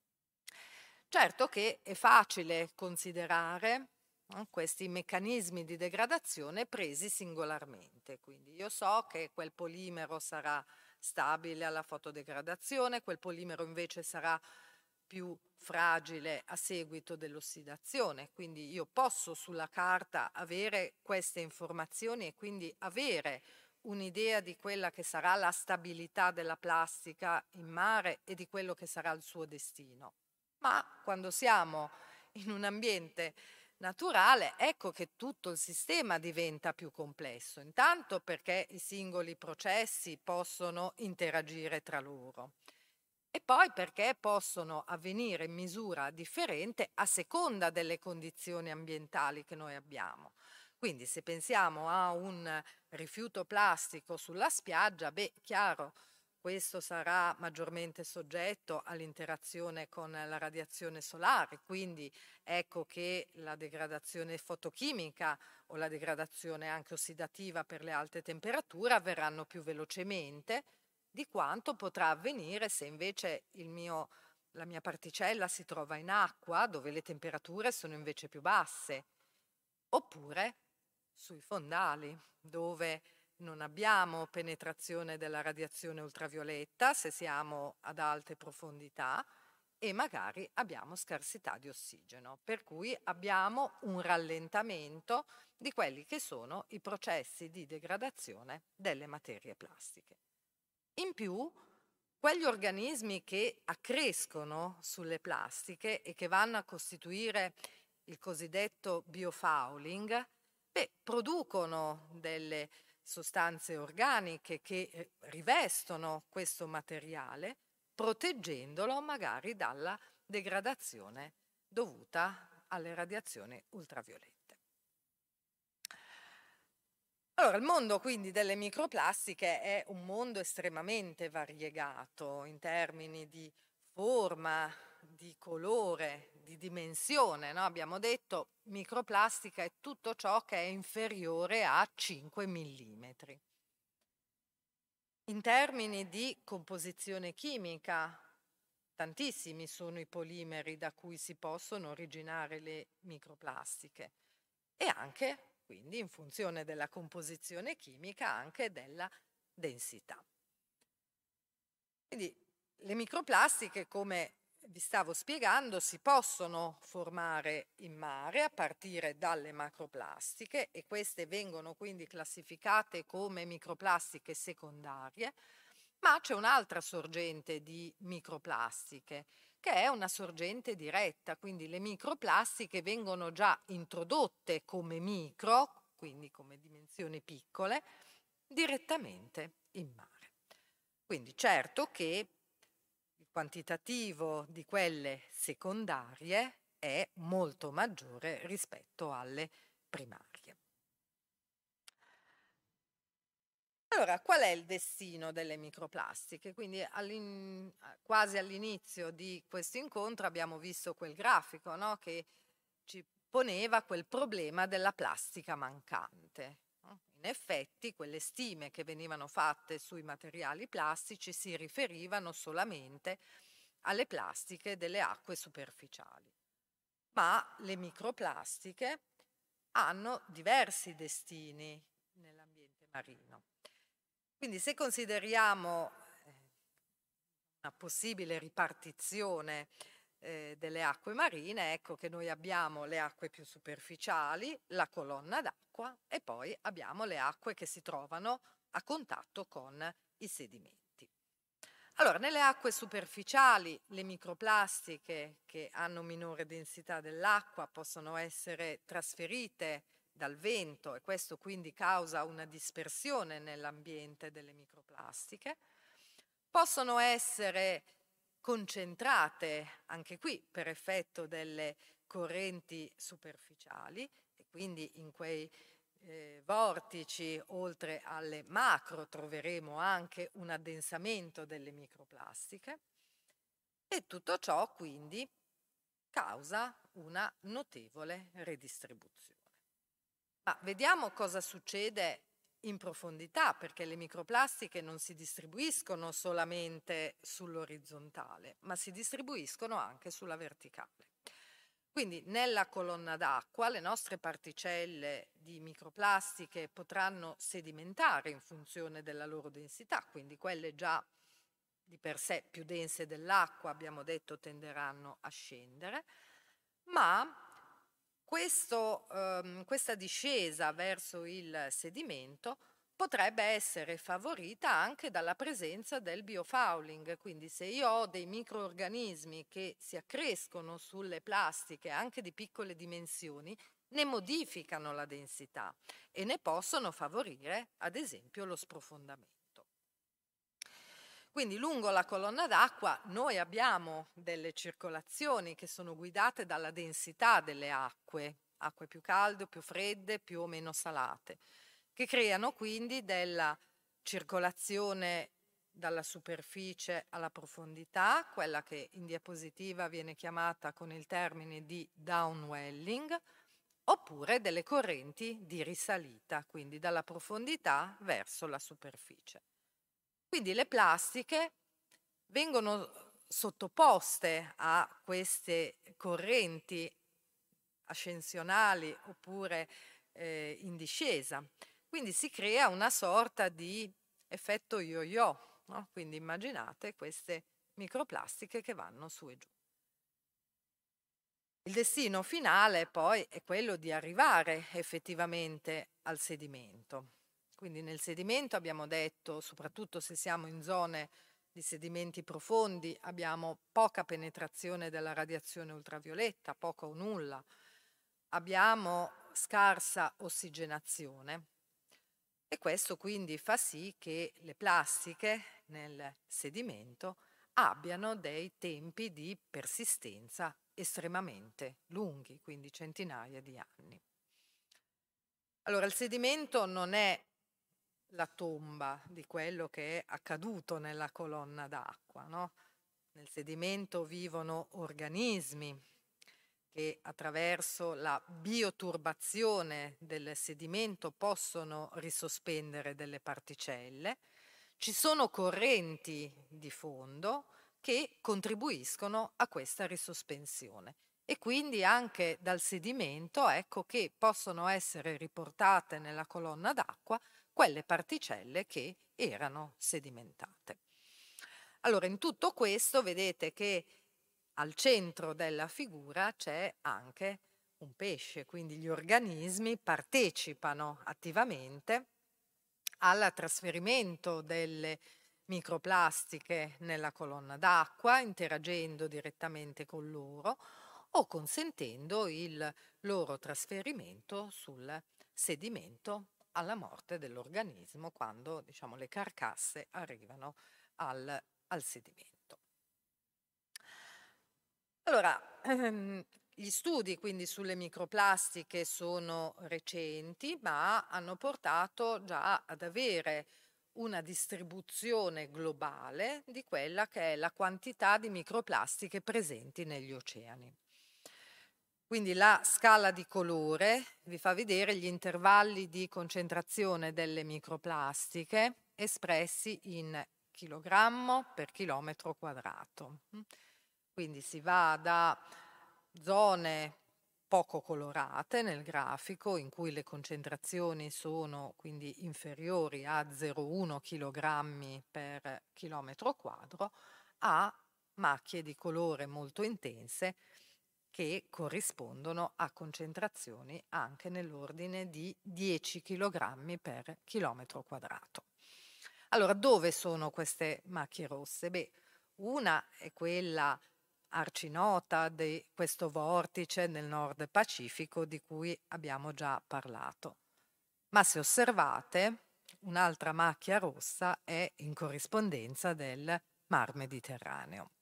[SPEAKER 3] Certo che è facile considerare questi meccanismi di degradazione presi singolarmente, quindi io so che quel polimero sarà stabile alla fotodegradazione, quel polimero invece sarà più fragile a seguito dell'ossidazione, quindi io posso sulla carta avere queste informazioni e quindi avere un'idea di quella che sarà la stabilità della plastica in mare e di quello che sarà il suo destino. Ma quando siamo in un ambiente naturale, ecco che tutto il sistema diventa più complesso, intanto perché i singoli processi possono interagire tra loro e poi perché possono avvenire in misura differente a seconda delle condizioni ambientali che noi abbiamo. Quindi se pensiamo a un rifiuto plastico sulla spiaggia, beh, chiaro, questo sarà maggiormente soggetto all'interazione con la radiazione solare, quindi ecco che la degradazione fotochimica o la degradazione anche ossidativa per le alte temperature avverranno più velocemente di quanto potrà avvenire se invece la mia particella si trova in acqua, dove le temperature sono invece più basse, oppure sui fondali, dove non abbiamo penetrazione della radiazione ultravioletta se siamo ad alte profondità e magari abbiamo scarsità di ossigeno, per cui abbiamo un rallentamento di quelli che sono i processi di degradazione delle materie plastiche. In più, quegli organismi che accrescono sulle plastiche e che vanno a costituire il cosiddetto biofouling, producono delle sostanze organiche che rivestono questo materiale, proteggendolo magari dalla degradazione dovuta alle radiazioni ultraviolette. Allora, il mondo quindi delle microplastiche è un mondo estremamente variegato in termini di forma, di colore, di dimensione, no? Abbiamo detto microplastica è tutto ciò che è inferiore a 5 mm. In termini di composizione chimica, tantissimi sono i polimeri da cui si possono originare le microplastiche e anche, quindi in funzione della composizione chimica, anche della densità. Quindi le microplastiche, come vi stavo spiegando, si possono formare in mare a partire dalle macroplastiche e queste vengono quindi classificate come microplastiche secondarie, ma c'è un'altra sorgente di microplastiche che è una sorgente diretta, quindi le microplastiche vengono già introdotte come micro, quindi come dimensioni piccole, direttamente in mare. Quindi certo che il quantitativo di quelle secondarie è molto maggiore rispetto alle primarie. Allora, qual è il destino delle microplastiche? Quindi quasi all'inizio di questo incontro abbiamo visto quel grafico, no? Che ci poneva quel problema della plastica mancante. In effetti quelle stime che venivano fatte sui materiali plastici si riferivano solamente alle plastiche delle acque superficiali, ma le microplastiche hanno diversi destini nell'ambiente marino. Quindi se consideriamo una possibile ripartizione delle acque marine, ecco che noi abbiamo le acque più superficiali, la colonna d'acqua e poi abbiamo le acque che si trovano a contatto con i sedimenti. Allora, nelle acque superficiali le microplastiche che hanno minore densità dell'acqua possono essere trasferite dal vento e questo quindi causa una dispersione nell'ambiente delle microplastiche. Possono essere concentrate anche qui per effetto delle correnti superficiali e quindi in quei vortici, oltre alle macro, troveremo anche un addensamento delle microplastiche e tutto ciò quindi causa una notevole redistribuzione. Ma vediamo cosa succede in profondità, perché le microplastiche non si distribuiscono solamente sull'orizzontale, ma si distribuiscono anche sulla verticale. Quindi nella colonna d'acqua le nostre particelle di microplastiche potranno sedimentare in funzione della loro densità, quindi quelle già di per sé più dense dell'acqua, abbiamo detto, tenderanno a scendere, ma questa discesa verso il sedimento potrebbe essere favorita anche dalla presenza del biofouling, quindi se io ho dei microorganismi che si accrescono sulle plastiche anche di piccole dimensioni, ne modificano la densità e ne possono favorire ad esempio lo sprofondamento. Quindi lungo la colonna d'acqua noi abbiamo delle circolazioni che sono guidate dalla densità delle acque più calde, più fredde, più o meno salate, che creano quindi della circolazione dalla superficie alla profondità, quella che in diapositiva viene chiamata con il termine di downwelling, oppure delle correnti di risalita, quindi dalla profondità verso la superficie. Quindi le plastiche vengono sottoposte a queste correnti ascensionali oppure in discesa. Quindi si crea una sorta di effetto yo-yo, no? Quindi immaginate queste microplastiche che vanno su e giù. Il destino finale poi è quello di arrivare effettivamente al sedimento. Quindi nel sedimento abbiamo detto, soprattutto se siamo in zone di sedimenti profondi, abbiamo poca penetrazione della radiazione ultravioletta, poca o nulla, abbiamo scarsa ossigenazione e questo quindi fa sì che le plastiche nel sedimento abbiano dei tempi di persistenza estremamente lunghi, quindi centinaia di anni. Allora, il sedimento non è la tomba di quello che è accaduto nella colonna d'acqua, no? Nel sedimento vivono organismi che attraverso la bioturbazione del sedimento possono risospendere delle particelle. Ci sono correnti di fondo che contribuiscono a questa risospensione e quindi anche dal sedimento ecco che possono essere riportate nella colonna d'acqua quelle particelle che erano sedimentate. Allora in tutto questo vedete che al centro della figura c'è anche un pesce, quindi gli organismi partecipano attivamente al trasferimento delle microplastiche nella colonna d'acqua, interagendo direttamente con loro o consentendo il loro trasferimento sul sedimento alla morte dell'organismo quando diciamo, le carcasse arrivano al sedimento. Allora, gli studi quindi sulle microplastiche sono recenti, ma hanno portato già ad avere una distribuzione globale di quella che è la quantità di microplastiche presenti negli oceani. Quindi la scala di colore vi fa vedere gli intervalli di concentrazione delle microplastiche espressi in chilogrammo per chilometro quadrato. Quindi si va da zone poco colorate nel grafico, in cui le concentrazioni sono quindi inferiori a 0,1 kg per chilometro quadro, a macchie di colore molto intense che corrispondono a concentrazioni anche nell'ordine di 10 kg per chilometro quadrato. Allora, dove sono queste macchie rosse? Beh, una è quella arcinota di questo vortice nel nord Pacifico di cui abbiamo già parlato. Ma se osservate, un'altra macchia rossa è in corrispondenza del Mar Mediterraneo.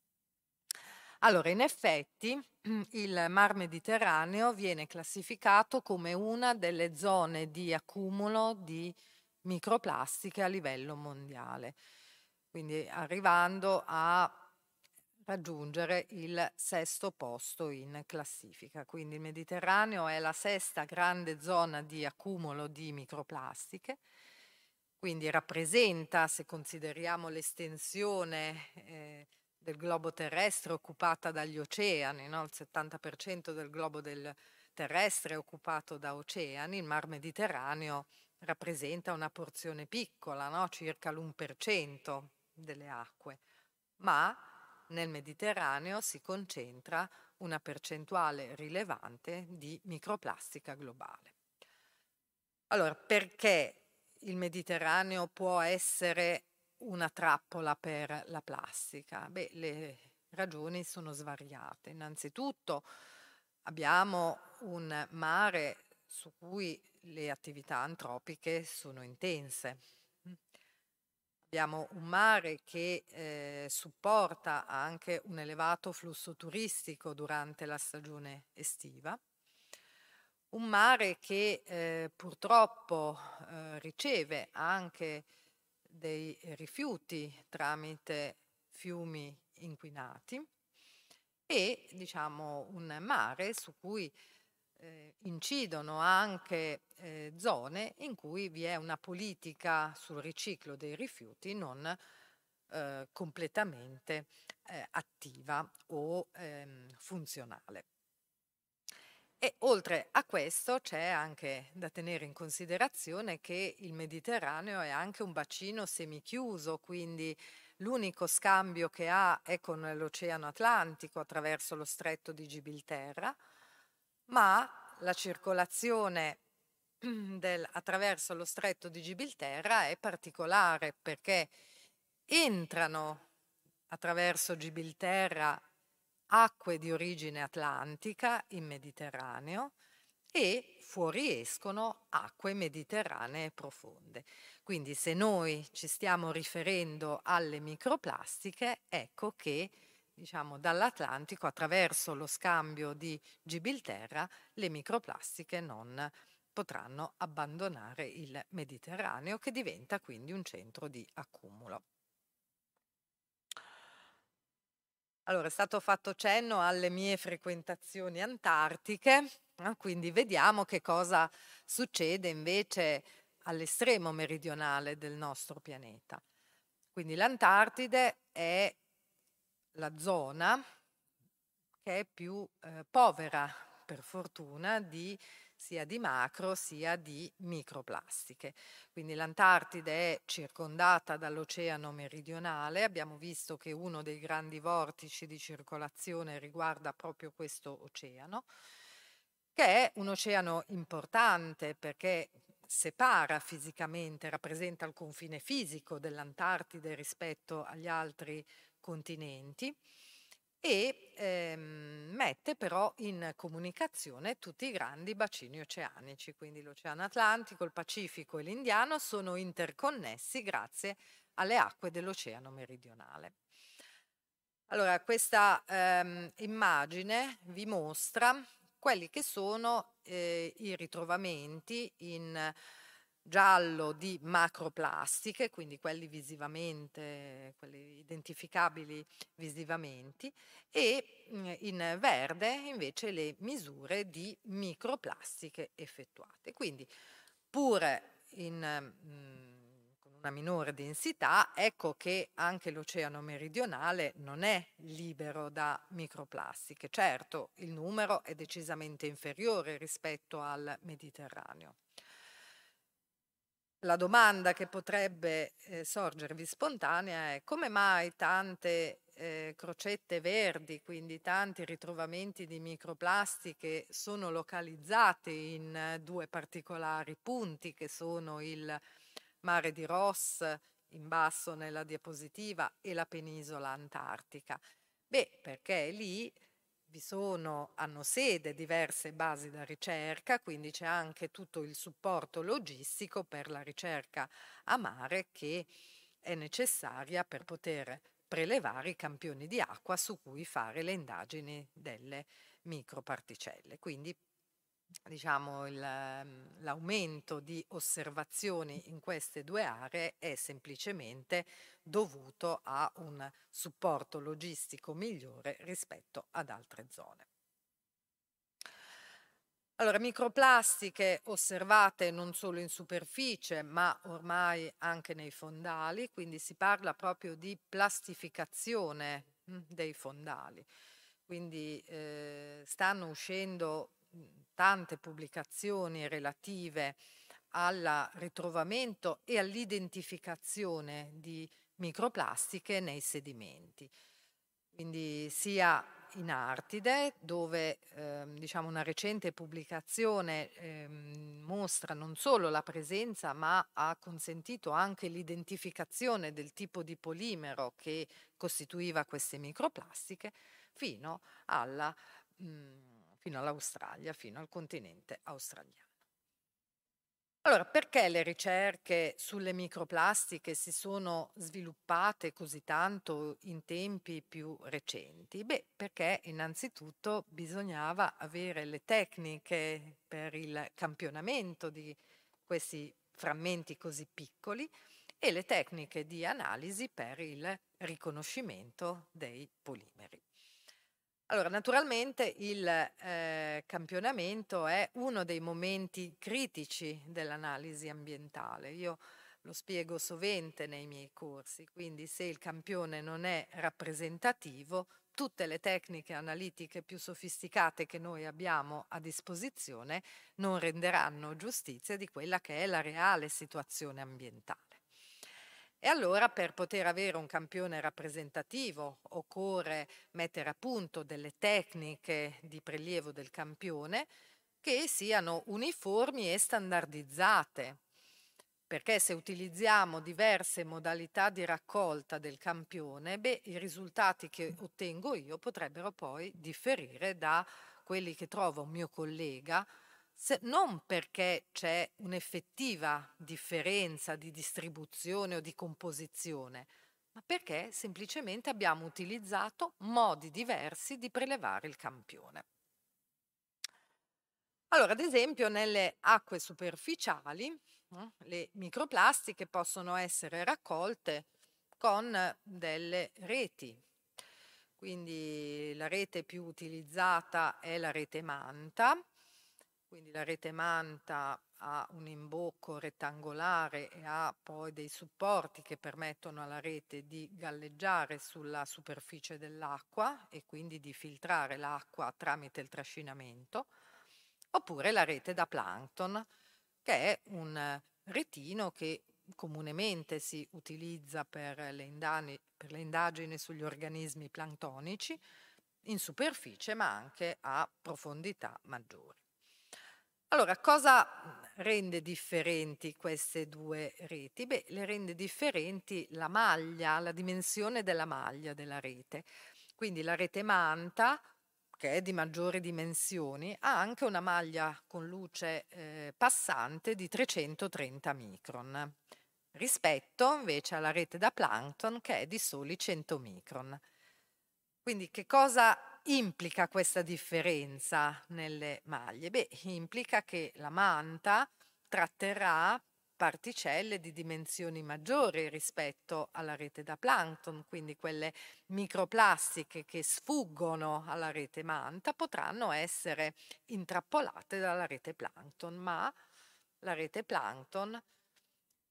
[SPEAKER 3] Allora, in effetti, il Mar Mediterraneo viene classificato come una delle zone di accumulo di microplastiche a livello mondiale, quindi arrivando a raggiungere il 6° posto in classifica. Quindi il Mediterraneo è la 6ª grande zona di accumulo di microplastiche, quindi rappresenta, se consideriamo l'estensione del globo terrestre occupata dagli oceani, no? Il 70% del globo terrestre è occupato da oceani, il Mar Mediterraneo rappresenta una porzione piccola, no? Circa l'1% delle acque, ma nel Mediterraneo si concentra una percentuale rilevante di microplastica globale. Allora, perché il Mediterraneo può essere una trappola per la plastica? Beh, le ragioni sono svariate. Innanzitutto abbiamo un mare su cui le attività antropiche sono intense. Abbiamo un mare che supporta anche un elevato flusso turistico durante la stagione estiva. Un mare che purtroppo riceve anche dei rifiuti tramite fiumi inquinati e diciamo un mare su cui incidono anche zone in cui vi è una politica sul riciclo dei rifiuti non completamente attiva o funzionale. E oltre a questo c'è anche da tenere in considerazione che il Mediterraneo è anche un bacino semichiuso, quindi l'unico scambio che ha è con l'Oceano Atlantico attraverso lo Stretto di Gibilterra, ma la circolazione attraverso lo Stretto di Gibilterra è particolare perché entrano attraverso Gibilterra acque di origine atlantica in Mediterraneo e fuoriescono acque mediterranee profonde. Quindi se noi ci stiamo riferendo alle microplastiche, ecco che diciamo dall'Atlantico attraverso lo scambio di Gibilterra le microplastiche non potranno abbandonare il Mediterraneo, che diventa quindi un centro di accumulo. Allora, è stato fatto cenno alle mie frequentazioni antartiche, quindi vediamo che cosa succede invece all'estremo meridionale del nostro pianeta. Quindi l'Antartide è la zona che è più povera, per fortuna, sia di macro sia di microplastiche. Quindi l'Antartide è circondata dall'oceano meridionale. Abbiamo visto che uno dei grandi vortici di circolazione riguarda proprio questo oceano, che è un oceano importante perché separa fisicamente, rappresenta il confine fisico dell'Antartide rispetto agli altri continenti e mette però in comunicazione tutti i grandi bacini oceanici, quindi l'Oceano Atlantico, il Pacifico e l'Indiano sono interconnessi grazie alle acque dell'Oceano Meridionale. Allora, questa immagine vi mostra quelli che sono i ritrovamenti in giallo di macroplastiche, quindi quelli identificabili visivamente, e in verde invece le misure di microplastiche effettuate. Quindi pure con una minore densità, ecco che anche l'oceano meridionale non è libero da microplastiche. Certo, il numero è decisamente inferiore rispetto al Mediterraneo. La domanda che potrebbe sorgervi spontanea è: come mai tante crocette verdi, quindi tanti ritrovamenti di microplastiche, sono localizzati in due particolari punti che sono il mare di Ross in basso nella diapositiva e la penisola antartica? Beh, perché lì hanno sede diverse basi da ricerca, quindi c'è anche tutto il supporto logistico per la ricerca a mare che è necessaria per poter prelevare i campioni di acqua su cui fare le indagini delle microparticelle. Quindi diciamo l'aumento di osservazioni in queste due aree è semplicemente dovuto a un supporto logistico migliore rispetto ad altre zone. Allora, microplastiche osservate non solo in superficie, ma ormai anche nei fondali, quindi si parla proprio di plastificazione dei fondali. Quindi stanno uscendo tante pubblicazioni relative al ritrovamento e all'identificazione di microplastiche nei sedimenti. Quindi sia in Artide, dove diciamo una recente pubblicazione mostra non solo la presenza, ma ha consentito anche l'identificazione del tipo di polimero che costituiva queste microplastiche, fino all'Australia, fino al continente australiano. Allora, perché le ricerche sulle microplastiche si sono sviluppate così tanto in tempi più recenti? Beh, perché innanzitutto bisognava avere le tecniche per il campionamento di questi frammenti così piccoli e le tecniche di analisi per il riconoscimento dei polimeri. Allora, naturalmente il campionamento è uno dei momenti critici dell'analisi ambientale. Io lo spiego sovente nei miei corsi, quindi se il campione non è rappresentativo, tutte le tecniche analitiche più sofisticate che noi abbiamo a disposizione non renderanno giustizia di quella che è la reale situazione ambientale. E allora per poter avere un campione rappresentativo occorre mettere a punto delle tecniche di prelievo del campione che siano uniformi e standardizzate, perché se utilizziamo diverse modalità di raccolta del campione, beh, i risultati che ottengo io potrebbero poi differire da quelli che trova un mio collega, non perché c'è un'effettiva differenza di distribuzione o di composizione, ma perché semplicemente abbiamo utilizzato modi diversi di prelevare il campione. Allora, ad esempio, nelle acque superficiali, le microplastiche possono essere raccolte con delle reti. Quindi la rete più utilizzata è la rete manta. Quindi la rete manta ha un imbocco rettangolare e ha poi dei supporti che permettono alla rete di galleggiare sulla superficie dell'acqua e quindi di filtrare l'acqua tramite il trascinamento, oppure la rete da plancton, che è un retino che comunemente si utilizza per le indagini sugli organismi plantonici in superficie ma anche a profondità maggiori. Allora, cosa rende differenti queste due reti? Beh, le rende differenti la maglia, la dimensione della maglia della rete. Quindi la rete manta, che è di maggiori dimensioni, ha anche una maglia con luce passante di 330 micron, rispetto invece alla rete da plancton che è di soli 100 micron. Quindi che cosa implica questa differenza nelle maglie? Beh, implica che la manta tratterrà particelle di dimensioni maggiori rispetto alla rete da plancton, quindi quelle microplastiche che sfuggono alla rete manta potranno essere intrappolate dalla rete plancton, ma la rete plancton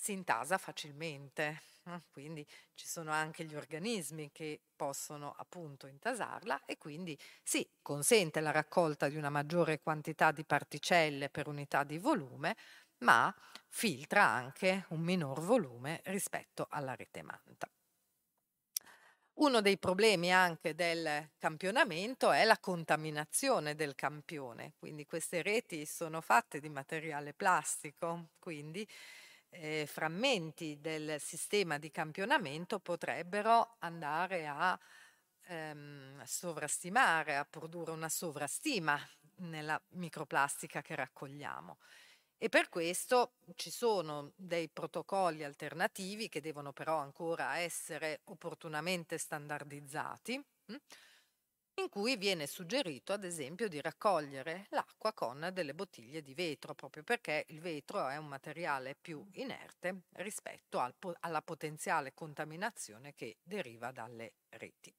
[SPEAKER 3] si intasa facilmente. Quindi ci sono anche gli organismi che possono appunto intasarla e quindi sì, consente la raccolta di una maggiore quantità di particelle per unità di volume, ma filtra anche un minor volume rispetto alla rete manta. Uno dei problemi anche del campionamento è la contaminazione del campione, quindi queste reti sono fatte di materiale plastico, quindi frammenti del sistema di campionamento potrebbero andare a sovrastimare, a produrre una sovrastima nella microplastica che raccogliamo. E per questo ci sono dei protocolli alternativi che devono però ancora essere opportunamente standardizzati, in cui viene suggerito ad esempio di raccogliere l'acqua con delle bottiglie di vetro, proprio perché il vetro è un materiale più inerte rispetto alla potenziale contaminazione che deriva dalle reti.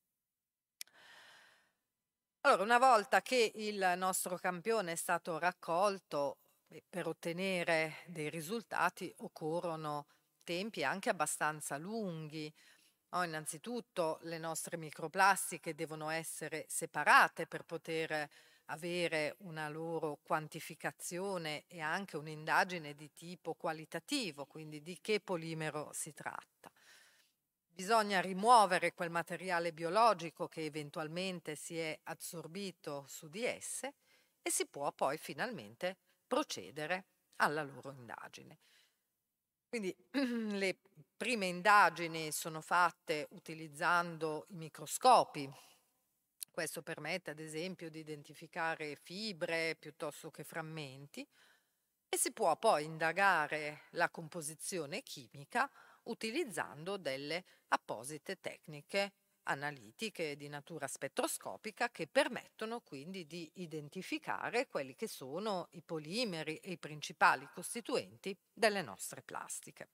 [SPEAKER 3] Allora, una volta che il nostro campione è stato raccolto, per ottenere dei risultati occorrono tempi anche abbastanza lunghi. Innanzitutto le nostre microplastiche devono essere separate per poter avere una loro quantificazione e anche un'indagine di tipo qualitativo, quindi di che polimero si tratta. Bisogna rimuovere quel materiale biologico che eventualmente si è assorbito su di esse e si può poi finalmente procedere alla loro indagine. Quindi le prime indagini sono fatte utilizzando i microscopi. Questo permette ad esempio di identificare fibre piuttosto che frammenti e si può poi indagare la composizione chimica utilizzando delle apposite tecniche analitiche di natura spettroscopica che permettono quindi di identificare quelli che sono i polimeri e i principali costituenti delle nostre plastiche.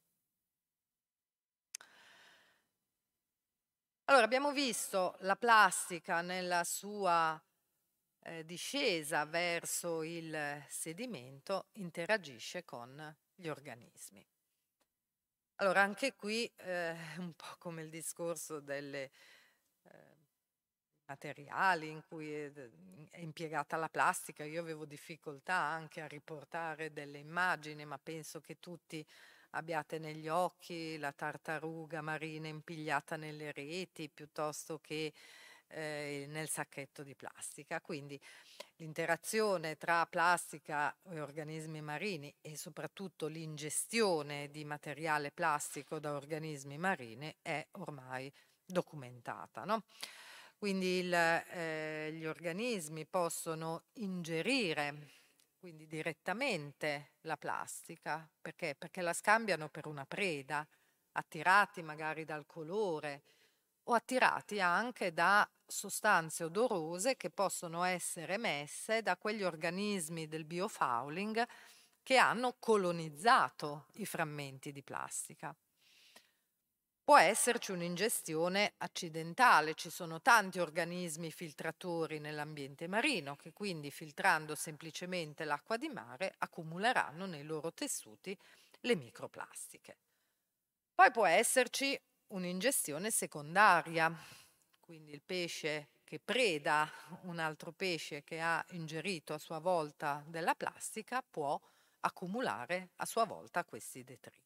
[SPEAKER 3] Allora, abbiamo visto la plastica nella sua discesa verso il sedimento interagisce con gli organismi. Allora, anche qui un po' come il discorso delle materiali in cui è impiegata la plastica, io avevo difficoltà anche a riportare delle immagini, ma penso che tutti abbiate negli occhi la tartaruga marina impigliata nelle reti piuttosto che nel sacchetto di plastica. Quindi l'interazione tra plastica e organismi marini e soprattutto l'ingestione di materiale plastico da organismi marini è ormai documentata, no? Quindi gli organismi possono ingerire quindi direttamente la plastica, perché la scambiano per una preda, attirati magari dal colore o attirati anche da sostanze odorose che possono essere emesse da quegli organismi del biofouling che hanno colonizzato i frammenti di plastica. Può esserci un'ingestione accidentale, ci sono tanti organismi filtratori nell'ambiente marino che quindi filtrando semplicemente l'acqua di mare accumuleranno nei loro tessuti le microplastiche. Poi può esserci un'ingestione secondaria, quindi il pesce che preda un altro pesce che ha ingerito a sua volta della plastica può accumulare a sua volta questi detriti.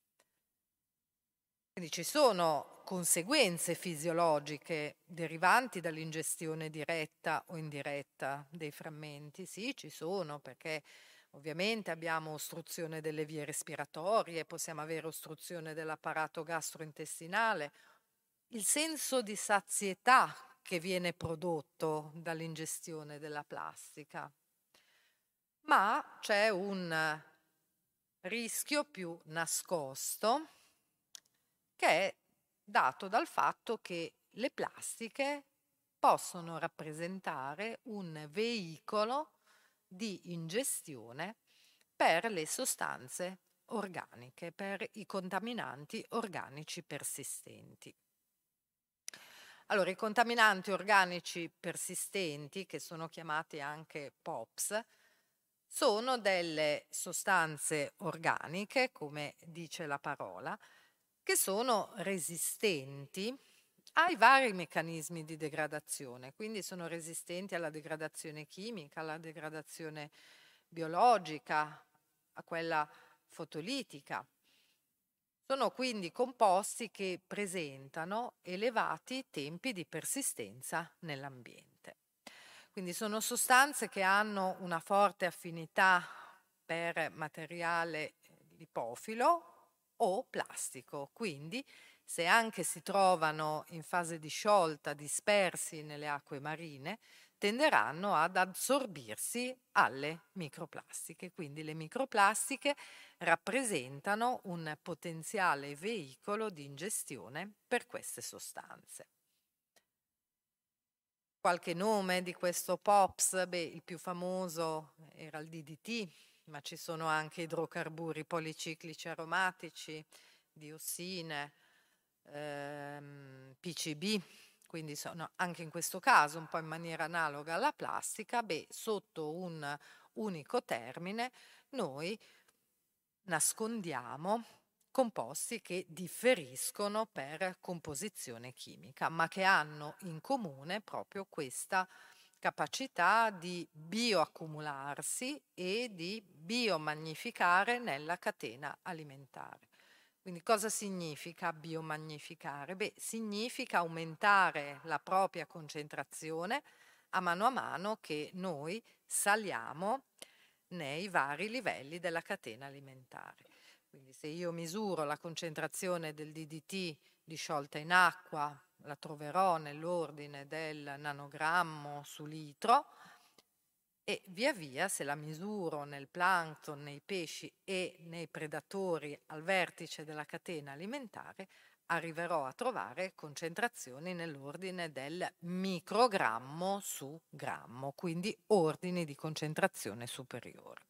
[SPEAKER 3] Quindi ci sono conseguenze fisiologiche derivanti dall'ingestione diretta o indiretta dei frammenti? Sì, ci sono, perché ovviamente abbiamo ostruzione delle vie respiratorie, possiamo avere ostruzione dell'apparato gastrointestinale, il senso di sazietà che viene prodotto dall'ingestione della plastica. Ma c'è un rischio più nascosto che è dato dal fatto che le plastiche possono rappresentare un veicolo di ingestione per le sostanze organiche, per i contaminanti organici persistenti. Allora, i contaminanti organici persistenti, che sono chiamati anche POPs, sono delle sostanze organiche, come dice la parola, che sono resistenti ai vari meccanismi di degradazione, quindi sono resistenti alla degradazione chimica, alla degradazione biologica, a quella fotolitica. Sono quindi composti che presentano elevati tempi di persistenza nell'ambiente. Quindi sono sostanze che hanno una forte affinità per materiale lipofilo o plastico, quindi se anche si trovano in fase di sciolta dispersi nelle acque marine, tenderanno ad assorbirsi alle microplastiche. Quindi le microplastiche rappresentano un potenziale veicolo di ingestione per queste sostanze. Qualche nome di questo POPs? Beh, il più famoso era il DDT, ma ci sono anche idrocarburi policiclici aromatici, diossine, PCB, quindi sono anche in questo caso un po' in maniera analoga alla plastica. Beh, sotto un unico termine noi nascondiamo composti che differiscono per composizione chimica, ma che hanno in comune proprio questa capacità di bioaccumularsi e di biomagnificare nella catena alimentare. Quindi cosa significa biomagnificare? Beh, significa aumentare la propria concentrazione a mano che noi saliamo nei vari livelli della catena alimentare. Quindi se io misuro la concentrazione del DDT disciolta in acqua, la troverò nell'ordine del nanogrammo su litro, e via via, se la misuro nel plancton, nei pesci e nei predatori al vertice della catena alimentare, arriverò a trovare concentrazioni nell'ordine del microgrammo su grammo, quindi ordini di concentrazione superiore.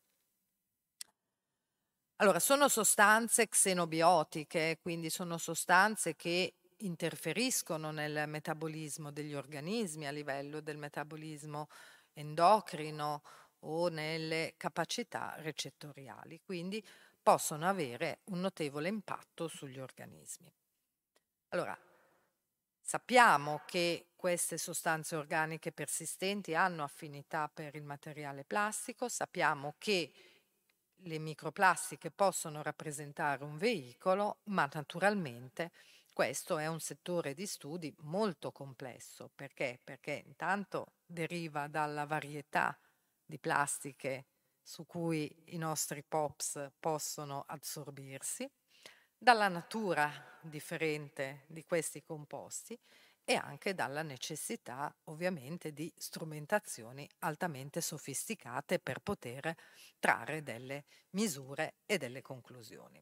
[SPEAKER 3] Allora, sono sostanze xenobiotiche, quindi sono sostanze che interferiscono nel metabolismo degli organismi a livello del metabolismo endocrino o nelle capacità recettoriali, quindi possono avere un notevole impatto sugli organismi. Allora, sappiamo che queste sostanze organiche persistenti hanno affinità per il materiale plastico, sappiamo che le microplastiche possono rappresentare un veicolo, ma naturalmente questo è un settore di studi molto complesso. Perché? Perché intanto deriva dalla varietà di plastiche su cui i nostri POPs possono assorbirsi, dalla natura differente di questi composti e anche dalla necessità ovviamente di strumentazioni altamente sofisticate per poter trarre delle misure e delle conclusioni.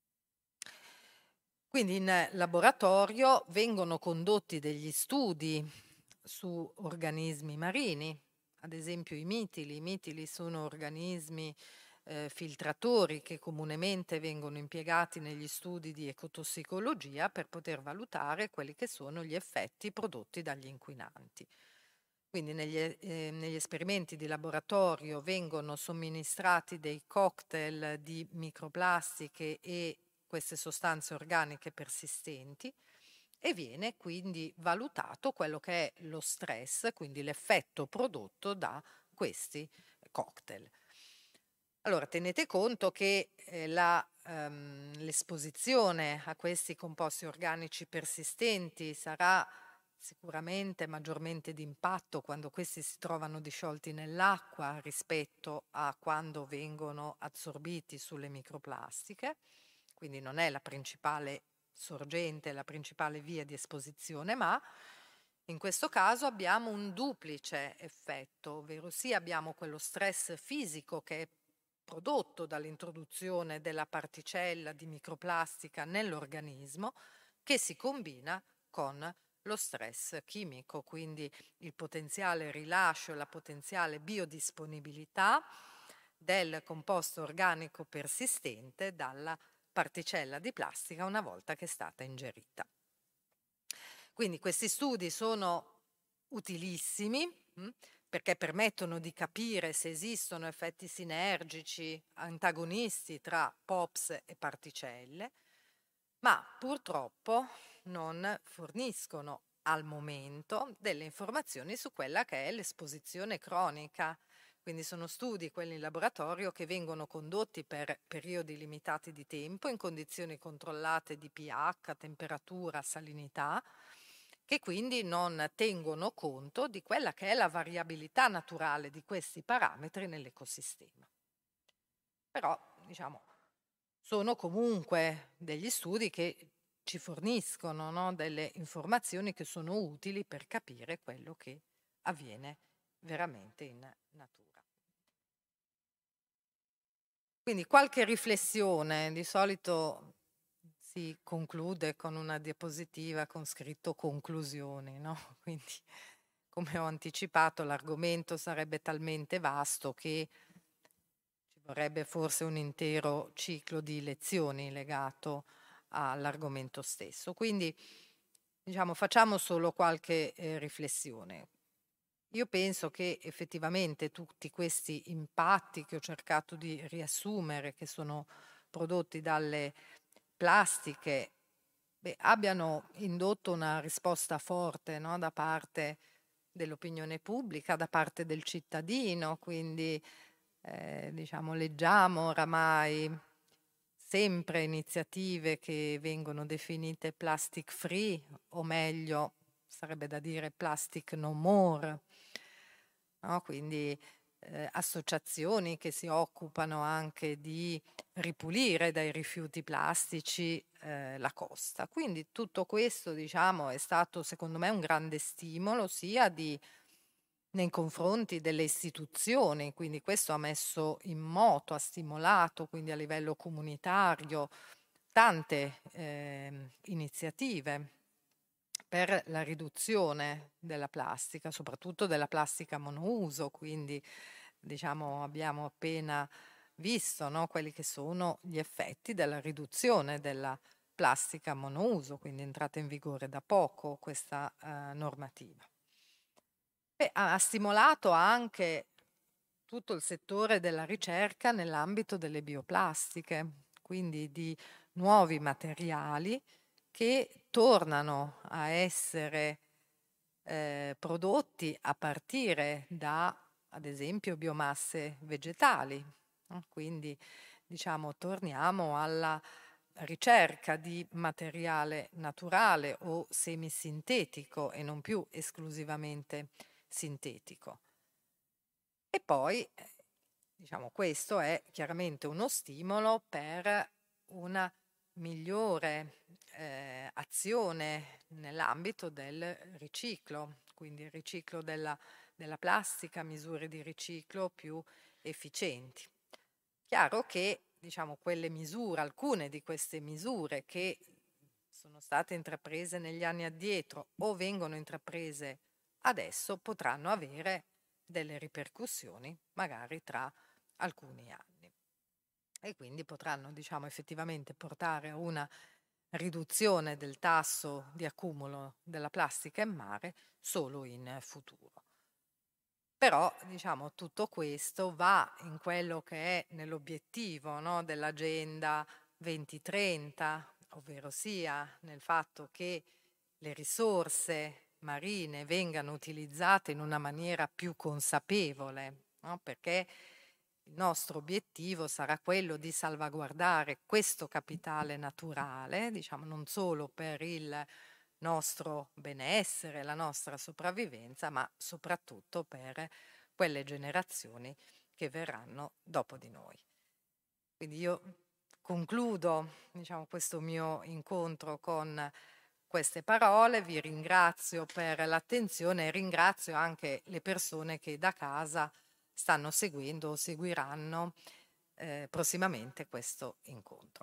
[SPEAKER 3] Quindi in laboratorio vengono condotti degli studi su organismi marini, ad esempio i mitili. I mitili sono organismi filtratori che comunemente vengono impiegati negli studi di ecotossicologia per poter valutare quelli che sono gli effetti prodotti dagli inquinanti. Quindi negli esperimenti di laboratorio vengono somministrati dei cocktail di microplastiche e queste sostanze organiche persistenti e viene quindi valutato quello che è lo stress, quindi l'effetto prodotto da questi cocktail. Allora, tenete conto che l'esposizione a questi composti organici persistenti sarà sicuramente maggiormente d'impatto quando questi si trovano disciolti nell'acqua rispetto a quando vengono assorbiti sulle microplastiche, quindi non è la principale sorgente, la principale via di esposizione, ma in questo caso abbiamo un duplice effetto, ovvero sì abbiamo quello stress fisico che è prodotto dall'introduzione della particella di microplastica nell'organismo, che si combina con lo stress chimico, quindi il potenziale rilascio e la potenziale biodisponibilità del composto organico persistente dalla particella di plastica una volta che è stata ingerita. Quindi questi studi sono utilissimi, perché permettono di capire se esistono effetti sinergici, antagonisti tra POPs e particelle, ma purtroppo non forniscono al momento delle informazioni su quella che è l'esposizione cronica. Quindi sono studi, quelli in laboratorio, che vengono condotti per periodi limitati di tempo in condizioni controllate di pH, temperatura, salinità, che quindi non tengono conto di quella che è la variabilità naturale di questi parametri nell'ecosistema. Però, diciamo, sono comunque degli studi che ci forniscono, no, delle informazioni che sono utili per capire quello che avviene veramente in natura. Quindi qualche riflessione, di solito si conclude con una diapositiva con scritto conclusioni, no? Quindi, come ho anticipato, l'argomento sarebbe talmente vasto che ci vorrebbe forse un intero ciclo di lezioni legato all'argomento stesso. Quindi, diciamo, facciamo solo qualche riflessione. Io penso che effettivamente tutti questi impatti che ho cercato di riassumere, che sono prodotti dalle plastiche, abbiano indotto una risposta forte, no, da parte dell'opinione pubblica, da parte del cittadino. Quindi diciamo, leggiamo oramai sempre iniziative che vengono definite plastic free, o meglio sarebbe da dire plastic no more, no? Quindi associazioni che si occupano anche di ripulire dai rifiuti plastici la costa. Quindi tutto questo, diciamo, è stato secondo me un grande stimolo sia nei confronti delle istituzioni, quindi questo ha messo in moto, ha stimolato quindi a livello comunitario tante iniziative per la riduzione della plastica, soprattutto della plastica monouso. Quindi diciamo abbiamo appena visto, no, quelli che sono gli effetti della riduzione della plastica monouso, quindi è entrata in vigore da poco questa normativa. Ha stimolato anche tutto il settore della ricerca nell'ambito delle bioplastiche, quindi di nuovi materiali che tornano a essere prodotti a partire da, ad esempio, biomasse vegetali. Quindi, diciamo, torniamo alla ricerca di materiale naturale o semisintetico e non più esclusivamente sintetico. E poi, diciamo, questo è chiaramente uno stimolo per una migliore azione nell'ambito del riciclo, quindi il riciclo della plastica, misure di riciclo più efficienti. Chiaro che, diciamo, quelle misure, alcune di queste misure che sono state intraprese negli anni addietro o vengono intraprese adesso, potranno avere delle ripercussioni magari tra alcuni anni e quindi potranno, diciamo, effettivamente portare a una riduzione del tasso di accumulo della plastica in mare solo in futuro. Però, diciamo, tutto questo va in quello che è nell'obiettivo, no, dell'Agenda 2030, ovvero sia nel fatto che le risorse marine vengano utilizzate in una maniera più consapevole, no? Perché il nostro obiettivo sarà quello di salvaguardare questo capitale naturale, diciamo, non solo per il nostro benessere, la nostra sopravvivenza, ma soprattutto per quelle generazioni che verranno dopo di noi. Quindi io concludo, diciamo, questo mio incontro con queste parole, vi ringrazio per l'attenzione e ringrazio anche le persone che da casa stanno seguendo o seguiranno prossimamente questo incontro.